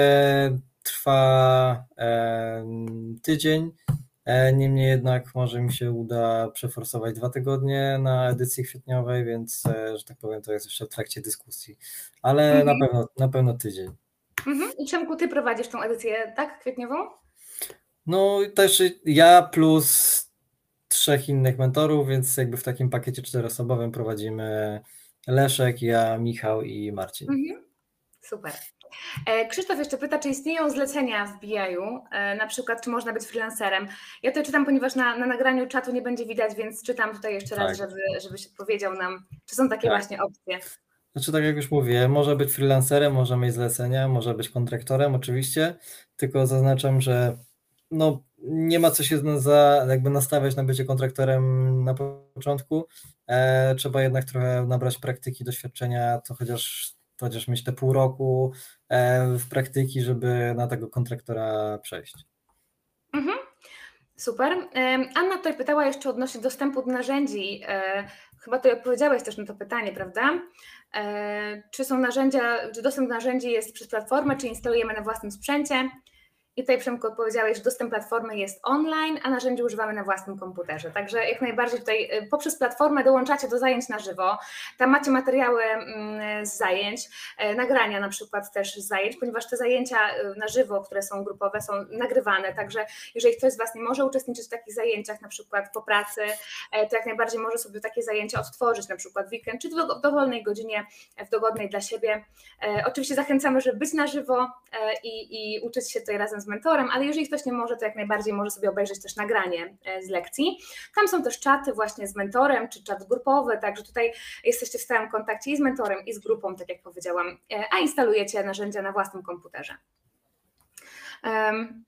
trwa e, tydzień, e, niemniej jednak może mi się uda przeforsować dwa tygodnie na edycji kwietniowej, więc, e, że tak powiem, to jest jeszcze w trakcie dyskusji, ale mhm. na pewno, na pewno tydzień.
Mhm. I Przemku, Ty prowadzisz tą edycję, tak, kwietniową?
No też ja plus trzech innych mentorów, więc jakby w takim pakiecie czteroosobowym prowadzimy Leszek, ja, Michał i Marcin.
Mhm. Super. Krzysztof jeszcze pyta, czy istnieją zlecenia w B I-u, na przykład czy można być freelancerem. Ja to czytam, ponieważ na, na nagraniu czatu nie będzie widać, więc czytam tutaj jeszcze raz, tak. żeby, żebyś odpowiedział nam, czy są takie tak. właśnie opcje.
Znaczy, tak jak już mówię, może być freelancerem, może mieć zlecenia, może być kontraktorem oczywiście, tylko zaznaczam, że no, nie ma co się za, jakby nastawiać na bycie kontraktorem na początku. E, trzeba jednak trochę nabrać praktyki, doświadczenia, to chociaż, chociaż mieć te pół roku e, w praktyki, żeby na tego kontraktora przejść.
Mhm. Super. Anna tutaj pytała jeszcze odnośnie dostępu do narzędzi. Chyba ty odpowiedziałeś też na to pytanie, prawda? Czy są narzędzia, czy dostęp do narzędzi jest przez platformę, czy instalujemy na własnym sprzęcie? I tutaj, Przemku, odpowiedziałeś, że dostęp platformy jest online, a narzędzi używamy na własnym komputerze. Także jak najbardziej tutaj poprzez platformę dołączacie do zajęć na żywo. Tam macie materiały z zajęć, nagrania na przykład też z zajęć, ponieważ te zajęcia na żywo, które są grupowe, są nagrywane. Także jeżeli ktoś z Was nie może uczestniczyć w takich zajęciach, na przykład po pracy, to jak najbardziej może sobie takie zajęcia odtworzyć, na przykład w weekend, czy w dowolnej godzinie, w dogodnej dla siebie. Oczywiście zachęcamy, żeby być na żywo i, i uczyć się tutaj razem z mentorem, ale jeżeli ktoś nie może, to jak najbardziej może sobie obejrzeć też nagranie z lekcji. Tam są też czaty właśnie z mentorem, czy czat grupowy, także tutaj jesteście w stałym kontakcie i z mentorem, i z grupą, tak jak powiedziałam, a instalujecie narzędzia na własnym komputerze. Um,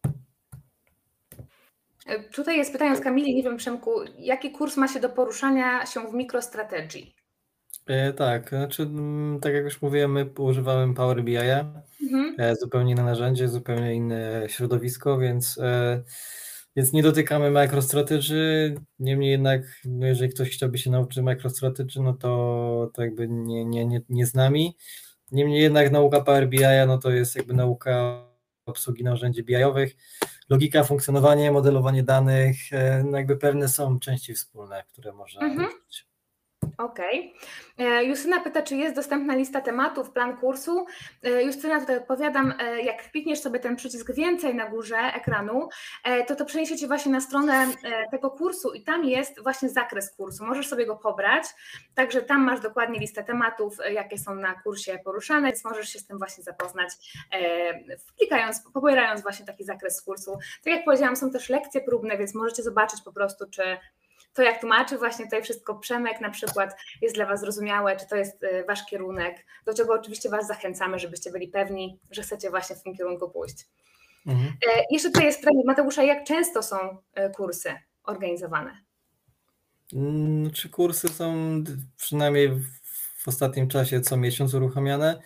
tutaj jest pytanie z Kamili, nie wiem, Przemku, jaki kurs ma się do poruszania się w MicroStrategy?
E, tak, znaczy, tak jak już mówiłem, my używamy Power B I, mhm. zupełnie inne narzędzie, zupełnie inne środowisko, więc, e, więc nie dotykamy MicroStrategy, niemniej jednak, no jeżeli ktoś chciałby się nauczyć MicroStrategy, no to, to jakby nie, nie, nie, nie z nami. Niemniej jednak nauka Power B I, no to jest jakby nauka obsługi narzędzi B I-owych, logika, funkcjonowanie, modelowanie danych, no jakby pewne są części wspólne, które można mhm. użyć.
Okej. Okay. Justyna pyta, czy jest dostępna lista tematów, plan kursu. Justyna, tutaj odpowiadam, jak klikniesz sobie ten przycisk więcej na górze ekranu, to to przeniesie Cię właśnie na stronę tego kursu i tam jest właśnie zakres kursu. Możesz sobie go pobrać, także tam masz dokładnie listę tematów, jakie są na kursie poruszane, więc możesz się z tym właśnie zapoznać, klikając, pobierając właśnie taki zakres kursu. Tak jak powiedziałam, są też lekcje próbne, więc możecie zobaczyć po prostu, czy to, jak tłumaczy właśnie tutaj wszystko Przemek na przykład, jest dla Was zrozumiałe, czy to jest Wasz kierunek, do czego oczywiście Was zachęcamy, żebyście byli pewni, że chcecie właśnie w tym kierunku pójść. Mhm. Jeszcze tutaj jest pytanie Mateusza, jak często są kursy organizowane?
Czy kursy są przynajmniej w ostatnim czasie co miesiąc uruchamiane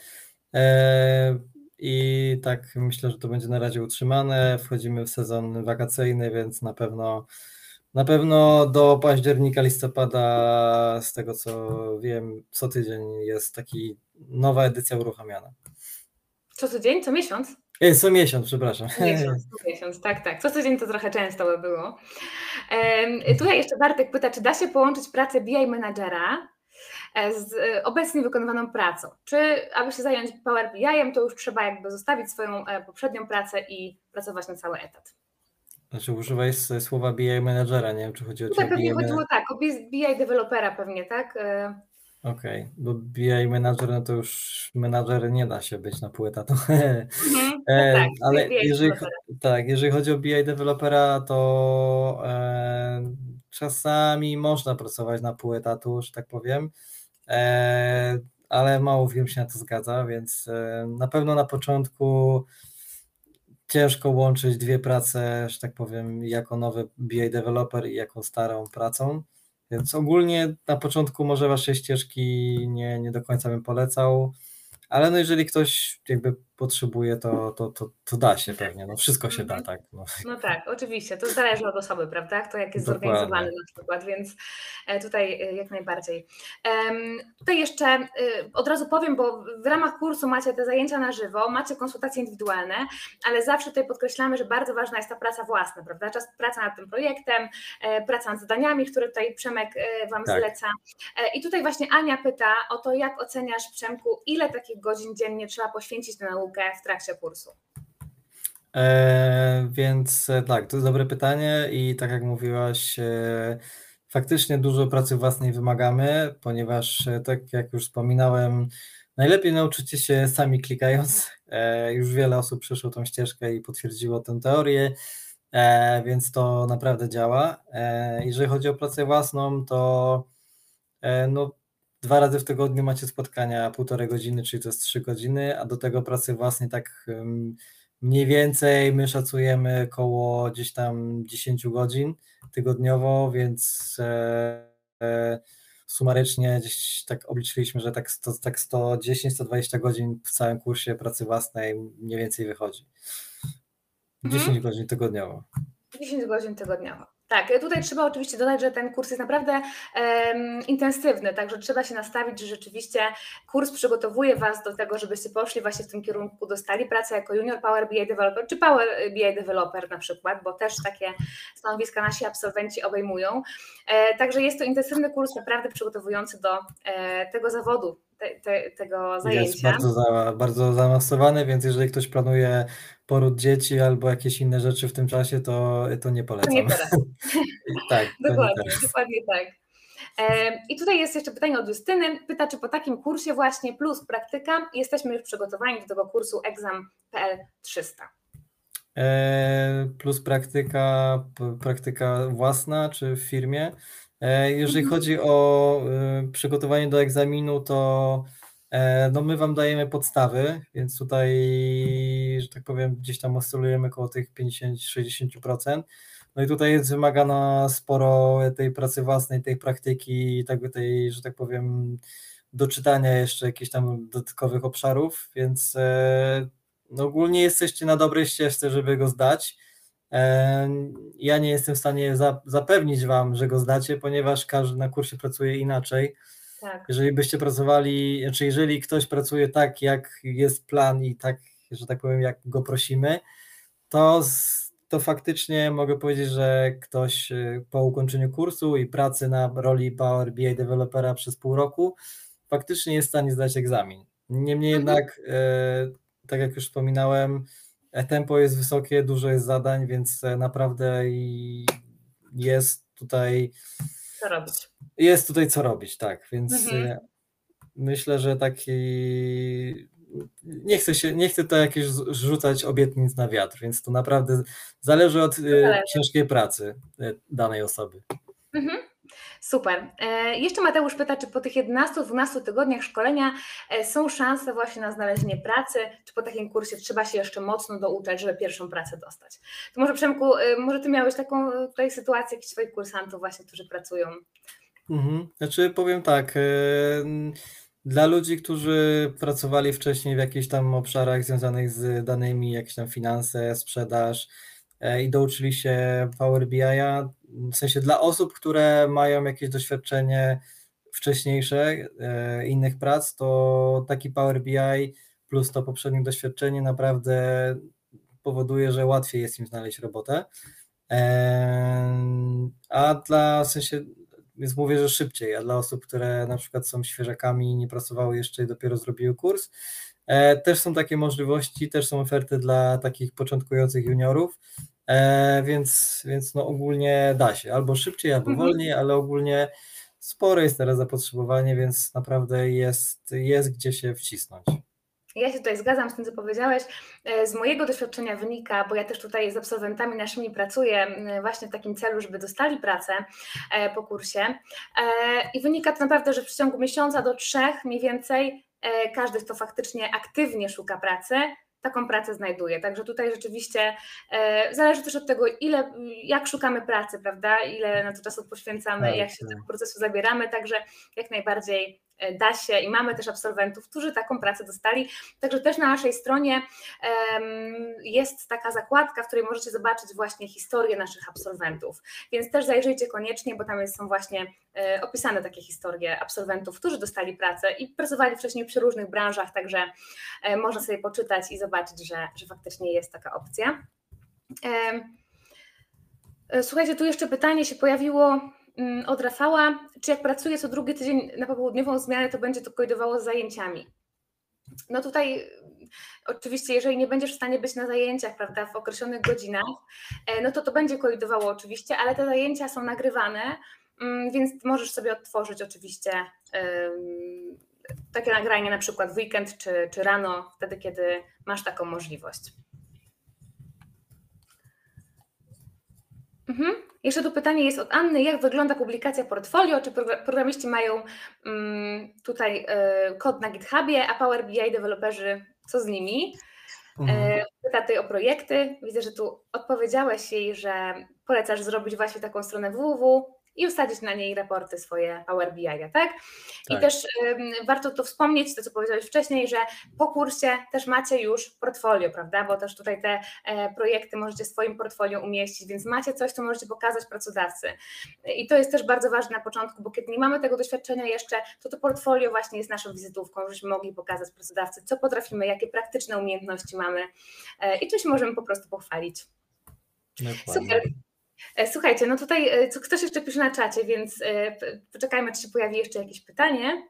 i tak myślę, że to będzie na razie utrzymane. Wchodzimy w sezon wakacyjny, więc na pewno Na pewno do października, listopada, z tego co wiem, co tydzień jest taki nowa edycja uruchamiana.
Co tydzień? Co miesiąc?
E, co miesiąc, przepraszam.
Co miesiąc, co miesiąc, tak, tak. Co tydzień to trochę często by było. Um, tutaj jeszcze Bartek pyta, czy da się połączyć pracę B I menadżera z obecnie wykonywaną pracą? Czy aby się zająć Power B I-em, to już trzeba jakby zostawić swoją poprzednią pracę i pracować na cały etat?
Znaczy używaj słowa B I menadżera, nie wiem, czy chodzi o
Tutaj pewnie chodziło tak, o B I dewelopera pewnie, tak?
Okej, okay. Bo B I menadżer, no to już menadżer nie da się być na pół etatu. Mhm, e, tak, ale jeżeli, tak, jeżeli chodzi o B I dewelopera, to e, czasami można pracować na pół etatu, że tak powiem, e, ale mało firm się na to zgadza, więc e, na pewno na początku ciężko łączyć dwie prace, że tak powiem, jako nowy B I developer i jako starą pracą, więc ogólnie na początku może waszej ścieżki nie, nie do końca bym polecał, ale no jeżeli ktoś jakby potrzebuje, to, to, to, to da się pewnie, no wszystko się da, tak. No.
no tak, oczywiście, to zależy od osoby, prawda, kto jak jest Dokładnie. zorganizowany na przykład, więc tutaj jak najbardziej. Um, tutaj jeszcze od razu powiem, bo w ramach kursu macie te zajęcia na żywo, macie konsultacje indywidualne, ale zawsze tutaj podkreślamy, że bardzo ważna jest ta praca własna, prawda, czas praca nad tym projektem, praca nad zadaniami, które tutaj Przemek Wam tak. zleca. I tutaj właśnie Ania pyta o to, jak oceniasz, Przemku, ile takich godzin dziennie trzeba poświęcić na naukę w trakcie kursu?
E, więc tak, to jest dobre pytanie i tak jak mówiłaś, e, faktycznie dużo pracy własnej wymagamy, ponieważ tak jak już wspominałem, najlepiej nauczycie się sami klikając. E, już wiele osób przeszło tą ścieżkę i potwierdziło tę teorię, e, więc to naprawdę działa. E, jeżeli chodzi o pracę własną, to e, no dwa razy w tygodniu macie spotkania półtorej godziny, czyli to jest trzy godziny, a do tego pracy własnej tak mniej więcej my szacujemy około gdzieś tam dziesięć godzin tygodniowo, więc sumarycznie gdzieś tak obliczyliśmy, że tak, sto, tak sto dziesięć do stu dwudziestu godzin w całym kursie pracy własnej mniej więcej wychodzi. dziesięć mhm. godzin tygodniowo.
dziesięć godzin tygodniowo. Tak, tutaj trzeba oczywiście dodać, że ten kurs jest naprawdę um, intensywny, także trzeba się nastawić, że rzeczywiście kurs przygotowuje Was do tego, żebyście poszli właśnie w tym kierunku, dostali pracę jako Junior Power B I Developer czy Power B I Developer na przykład, bo też takie stanowiska nasi absolwenci obejmują. E, także jest to intensywny kurs naprawdę przygotowujący do e, tego zawodu, te, te, tego zajęcia.
Jest bardzo, za, bardzo zaawansowany, więc jeżeli ktoś planuje poród dzieci albo jakieś inne rzeczy w tym czasie, to, to nie polecam.
To nie teraz.
Tak,
dokładnie, dokładnie tak. I tutaj jest jeszcze pytanie od Justyny. Pyta, czy po takim kursie właśnie plus praktyka jesteśmy już przygotowani do tego kursu exam P L trzysta?
Plus praktyka, praktyka własna czy w firmie. Jeżeli chodzi o przygotowanie do egzaminu, to no my Wam dajemy podstawy, więc tutaj, że tak powiem, gdzieś tam oscylujemy koło tych pięćdziesiąt do sześćdziesięciu procent. No i tutaj jest wymagana sporo tej pracy własnej, tej praktyki, tak, tej, że tak powiem, doczytania jeszcze jakichś tam dodatkowych obszarów, więc no ogólnie jesteście na dobrej ścieżce, żeby go zdać. Ja nie jestem w stanie zapewnić Wam, że go zdacie, ponieważ każdy na kursie pracuje inaczej. Tak. Jeżeli byście pracowali, znaczy jeżeli ktoś pracuje tak, jak jest plan i tak, że tak powiem, jak go prosimy, to, to faktycznie mogę powiedzieć, że ktoś po ukończeniu kursu i pracy na roli Power B I Developera przez pół roku faktycznie jest w stanie zdać egzamin. Niemniej mhm. jednak, tak jak już wspominałem, tempo jest wysokie, dużo jest zadań, więc naprawdę jest tutaj
co robić.
Jest tutaj co robić, tak, więc mhm. myślę, że taki nie chcę się, nie chcę to jakieś rzucać obietnic na wiatr, więc to naprawdę zależy od zależy. ciężkiej pracy danej osoby.
Mhm. Super. E, jeszcze Mateusz pyta, czy po tych jedenastu do dwunastu tygodniach szkolenia e, są szanse właśnie na znalezienie pracy, czy po takim kursie trzeba się jeszcze mocno douczać, żeby pierwszą pracę dostać. To może Przemku, e, może Ty miałeś taką tutaj sytuację jakichś swoich kursantów właśnie, którzy pracują?
Mhm. Znaczy powiem tak, dla ludzi, którzy pracowali wcześniej w jakichś tam obszarach związanych z danymi, jakieś tam finanse, sprzedaż i douczyli się Power B I-a, w sensie dla osób, które mają jakieś doświadczenie wcześniejsze innych prac, to taki Power B I plus to poprzednie doświadczenie naprawdę powoduje, że łatwiej jest im znaleźć robotę. A dla, w sensie, więc mówię, że szybciej, a dla osób, które na przykład są świeżakami, nie pracowały jeszcze i dopiero zrobiły kurs, też są takie możliwości, też są oferty dla takich początkujących juniorów, więc, więc no ogólnie da się, albo szybciej, albo mhm. wolniej, ale ogólnie spore jest teraz zapotrzebowanie, więc naprawdę jest, jest gdzie się wcisnąć.
Ja się tutaj zgadzam z tym, co powiedziałeś. Z mojego doświadczenia wynika, bo ja też tutaj z absolwentami naszymi pracuję właśnie w takim celu, żeby dostali pracę po kursie i wynika to naprawdę, że w przeciągu miesiąca do trzech mniej więcej każdy, kto faktycznie aktywnie szuka pracy, taką pracę znajduje. Także tutaj rzeczywiście e, zależy też od tego, ile, jak szukamy pracy, prawda, ile na to czasu poświęcamy, tak, jak się tak. do tego procesu zabieramy, także jak najbardziej da się i mamy też absolwentów, którzy taką pracę dostali. Także też na naszej stronie um, jest taka zakładka, w której możecie zobaczyć właśnie historię naszych absolwentów, więc też zajrzyjcie koniecznie, bo tam jest, są właśnie e, opisane takie historie absolwentów, którzy dostali pracę i pracowali wcześniej przy różnych branżach, także e, można sobie poczytać i zobaczyć, że, że faktycznie jest taka opcja. E, słuchajcie, tu jeszcze pytanie się pojawiło od Rafała, czy jak pracuję co drugi tydzień na popołudniową zmianę, to będzie to kolidowało z zajęciami? No tutaj oczywiście, jeżeli nie będziesz w stanie być na zajęciach, prawda, w określonych godzinach, no to to będzie kolidowało oczywiście, ale te zajęcia są nagrywane, więc możesz sobie odtworzyć oczywiście um, takie nagranie na przykład w weekend czy, czy rano, wtedy kiedy masz taką możliwość. Mhm. Jeszcze tu pytanie jest od Anny, jak wygląda publikacja portfolio, czy programiści mają um, tutaj y, kod na GitHubie, a Power B I deweloperzy, co z nimi?
Mhm.
Y, pyta tutaj o projekty, widzę, że tu odpowiedziałeś jej, że polecasz zrobić właśnie taką stronę www i ustawić na niej raporty swoje Power B I, tak? I
Tak.
też y, warto to wspomnieć, to co powiedziałeś wcześniej, że po kursie też macie już portfolio, prawda? Bo też tutaj te e, projekty możecie w swoim portfolio umieścić, więc macie coś, co możecie pokazać pracodawcy. I to jest też bardzo ważne na początku, bo kiedy nie mamy tego doświadczenia jeszcze, to to portfolio właśnie jest naszą wizytówką, żebyśmy mogli pokazać pracodawcy, co potrafimy, jakie praktyczne umiejętności mamy e, i czymś możemy po prostu pochwalić.
Dokładnie.
Super. Słuchajcie, no tutaj co ktoś jeszcze pisze na czacie, więc poczekajmy, czy się pojawi jeszcze jakieś pytanie.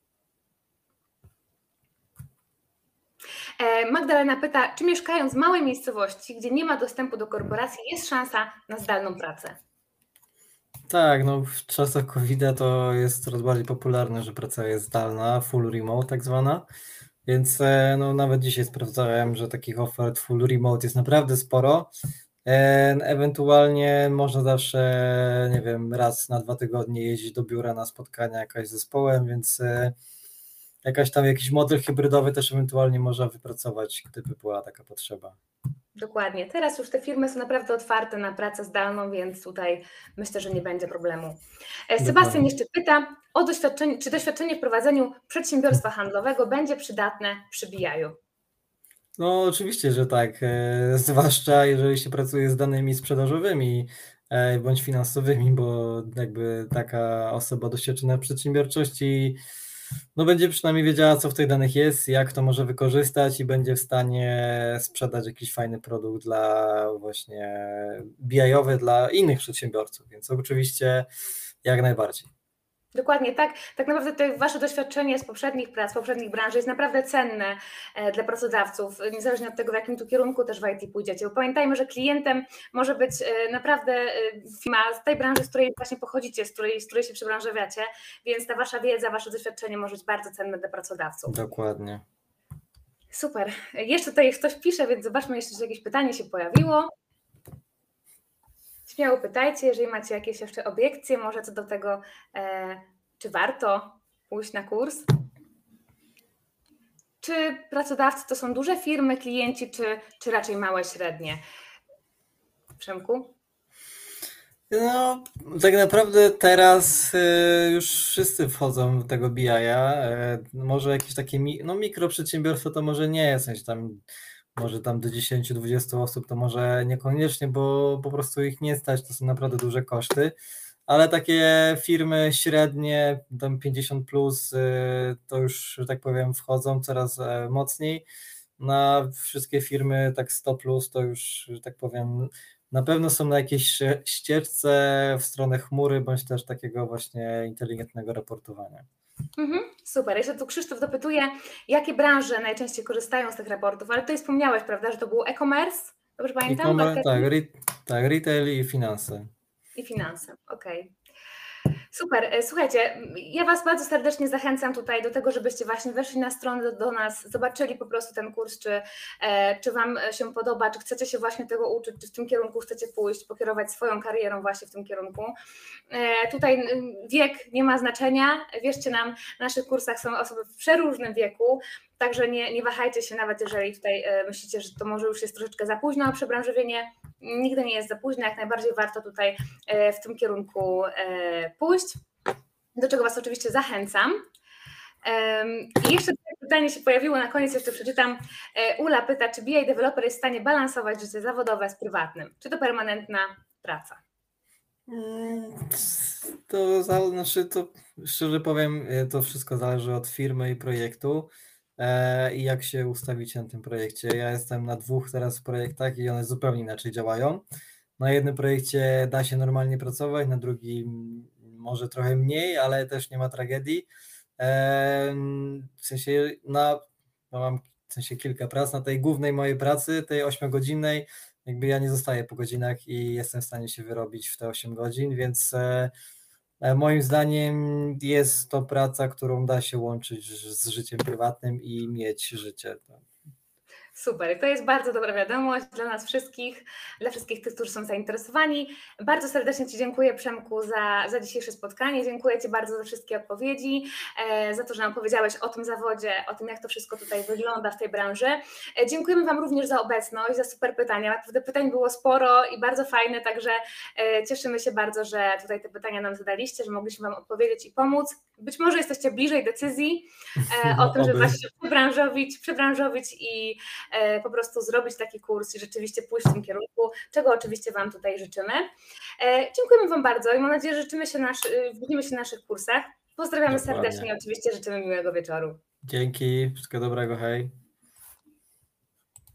Magdalena pyta, czy mieszkając w małej miejscowości, gdzie nie ma dostępu do korporacji, jest szansa na zdalną pracę?
Tak, no w czasach kowida to jest coraz bardziej popularne, że praca jest zdalna, full remote tak zwana, więc no nawet dzisiaj sprawdzałem, że takich ofert full remote jest naprawdę sporo. Ewentualnie można zawsze, nie wiem, raz na dwa tygodnie jeździć do biura na spotkania jakaś z zespołem, więc jakaś tam jakiś model hybrydowy też ewentualnie można wypracować, gdyby była taka potrzeba.
Dokładnie. Teraz już te firmy są naprawdę otwarte na pracę zdalną, więc tutaj myślę, że nie będzie problemu. Sebastian jeszcze pyta o doświadczenie, czy doświadczenie w prowadzeniu przedsiębiorstwa handlowego będzie przydatne przy B I u?
No oczywiście, że tak, zwłaszcza jeżeli się pracuje z danymi sprzedażowymi bądź finansowymi, bo jakby taka osoba doświadczona w przedsiębiorczości no będzie przynajmniej wiedziała, co w tych danych jest, jak to może wykorzystać i będzie w stanie sprzedać jakiś fajny produkt dla właśnie B I owy dla innych przedsiębiorców, więc oczywiście jak najbardziej.
Dokładnie tak. Tak naprawdę to Wasze doświadczenie z poprzednich prac, poprzednich branży jest naprawdę cenne dla pracodawców, niezależnie od tego, w jakim tu kierunku też w I T pójdziecie. Bo pamiętajmy, że klientem może być naprawdę firma z tej branży, z której właśnie pochodzicie, z której, z której się przebranżawiacie, więc ta Wasza wiedza, Wasze doświadczenie może być bardzo cenne dla pracodawców.
Dokładnie.
Super. Jeszcze tutaj ktoś pisze, więc zobaczmy jeszcze, czy jakieś pytanie się pojawiło. Śmiało pytajcie, jeżeli macie jakieś jeszcze obiekcje, może co do tego, e, czy warto pójść na kurs? Czy pracodawcy to są duże firmy, klienci, czy, czy raczej małe, średnie? Przemku?
No, tak naprawdę teraz już wszyscy wchodzą w tego B I-a. Może jakieś takie no, mikroprzedsiębiorstwo to może nie jest, w sensie tam może tam do dziesięć do dwudziestu osób to może niekoniecznie, bo po prostu ich nie stać, to są naprawdę duże koszty, ale takie firmy średnie, tam pięćdziesiąt plus, to już, że tak powiem, wchodzą coraz mocniej. Na wszystkie firmy tak sto plus to już, że tak powiem, na pewno są na jakiejś ścieżce w stronę chmury, bądź też takiego właśnie inteligentnego raportowania.
Mhm, super. Jeszcze tu Krzysztof dopytuje, jakie branże najczęściej korzystają z tych raportów, ale tutaj wspomniałeś, prawda, że to był e-commerce, dobrze pamiętam?
E-commerce, tak, re, tak, retail i finanse.
I finanse, okej. Okay. Super, słuchajcie, ja Was bardzo serdecznie zachęcam tutaj do tego, żebyście właśnie weszli na stronę do, do nas, zobaczyli po prostu ten kurs, czy, e, czy Wam się podoba, czy chcecie się właśnie tego uczyć, czy w tym kierunku chcecie pójść, pokierować swoją karierą właśnie w tym kierunku. E, tutaj wiek nie ma znaczenia, wierzcie nam, w naszych kursach są osoby w przeróżnym wieku, także nie, nie wahajcie się, nawet jeżeli tutaj e, myślicie, że to może już jest troszeczkę za późno na przebranżowienie, nigdy nie jest za późno, jak najbardziej warto tutaj w tym kierunku pójść, do czego Was oczywiście zachęcam. I jeszcze pytanie się pojawiło, na koniec jeszcze przeczytam. Ula pyta, czy B I developer jest w stanie balansować życie zawodowe z prywatnym? Czy to permanentna praca?
To znaczy, to szczerze powiem, to wszystko zależy od firmy i projektu i jak się ustawicie na tym projekcie. Ja jestem na dwóch teraz projektach i one zupełnie inaczej działają. Na jednym projekcie da się normalnie pracować, na drugim może trochę mniej, ale też nie ma tragedii. W sensie, na, no mam w sensie kilka prac, na tej głównej mojej pracy, tej ośmiogodzinnej, jakby ja nie zostaję po godzinach i jestem w stanie się wyrobić w te osiem godzin, więc moim zdaniem jest to praca, którą da się łączyć z życiem prywatnym i mieć życie.
Super, to jest bardzo dobra wiadomość dla nas wszystkich, dla wszystkich tych, którzy są zainteresowani. Bardzo serdecznie Ci dziękuję, Przemku, za, za dzisiejsze spotkanie. Dziękuję Ci bardzo za wszystkie odpowiedzi, e, za to, że nam powiedziałeś o tym zawodzie, o tym, jak to wszystko tutaj wygląda w tej branży. E, dziękujemy Wam również za obecność, za super pytania. Naprawdę pytań było sporo i bardzo fajne, także e, cieszymy się bardzo, że tutaj te pytania nam zadaliście, że mogliśmy Wam odpowiedzieć i pomóc. Być może jesteście bliżej decyzji e, o
No,
tym, żeby
oby.
Was się przebranżowić, przebranżowić i po prostu zrobić taki kurs i rzeczywiście pójść w tym kierunku, czego oczywiście Wam tutaj życzymy. Dziękujemy Wam bardzo i mam nadzieję, że życzymy się nasz, widzimy się na naszych kursach. Pozdrawiamy
Dokładnie.
serdecznie i oczywiście życzymy miłego wieczoru.
Dzięki, wszystkiego dobrego, hej.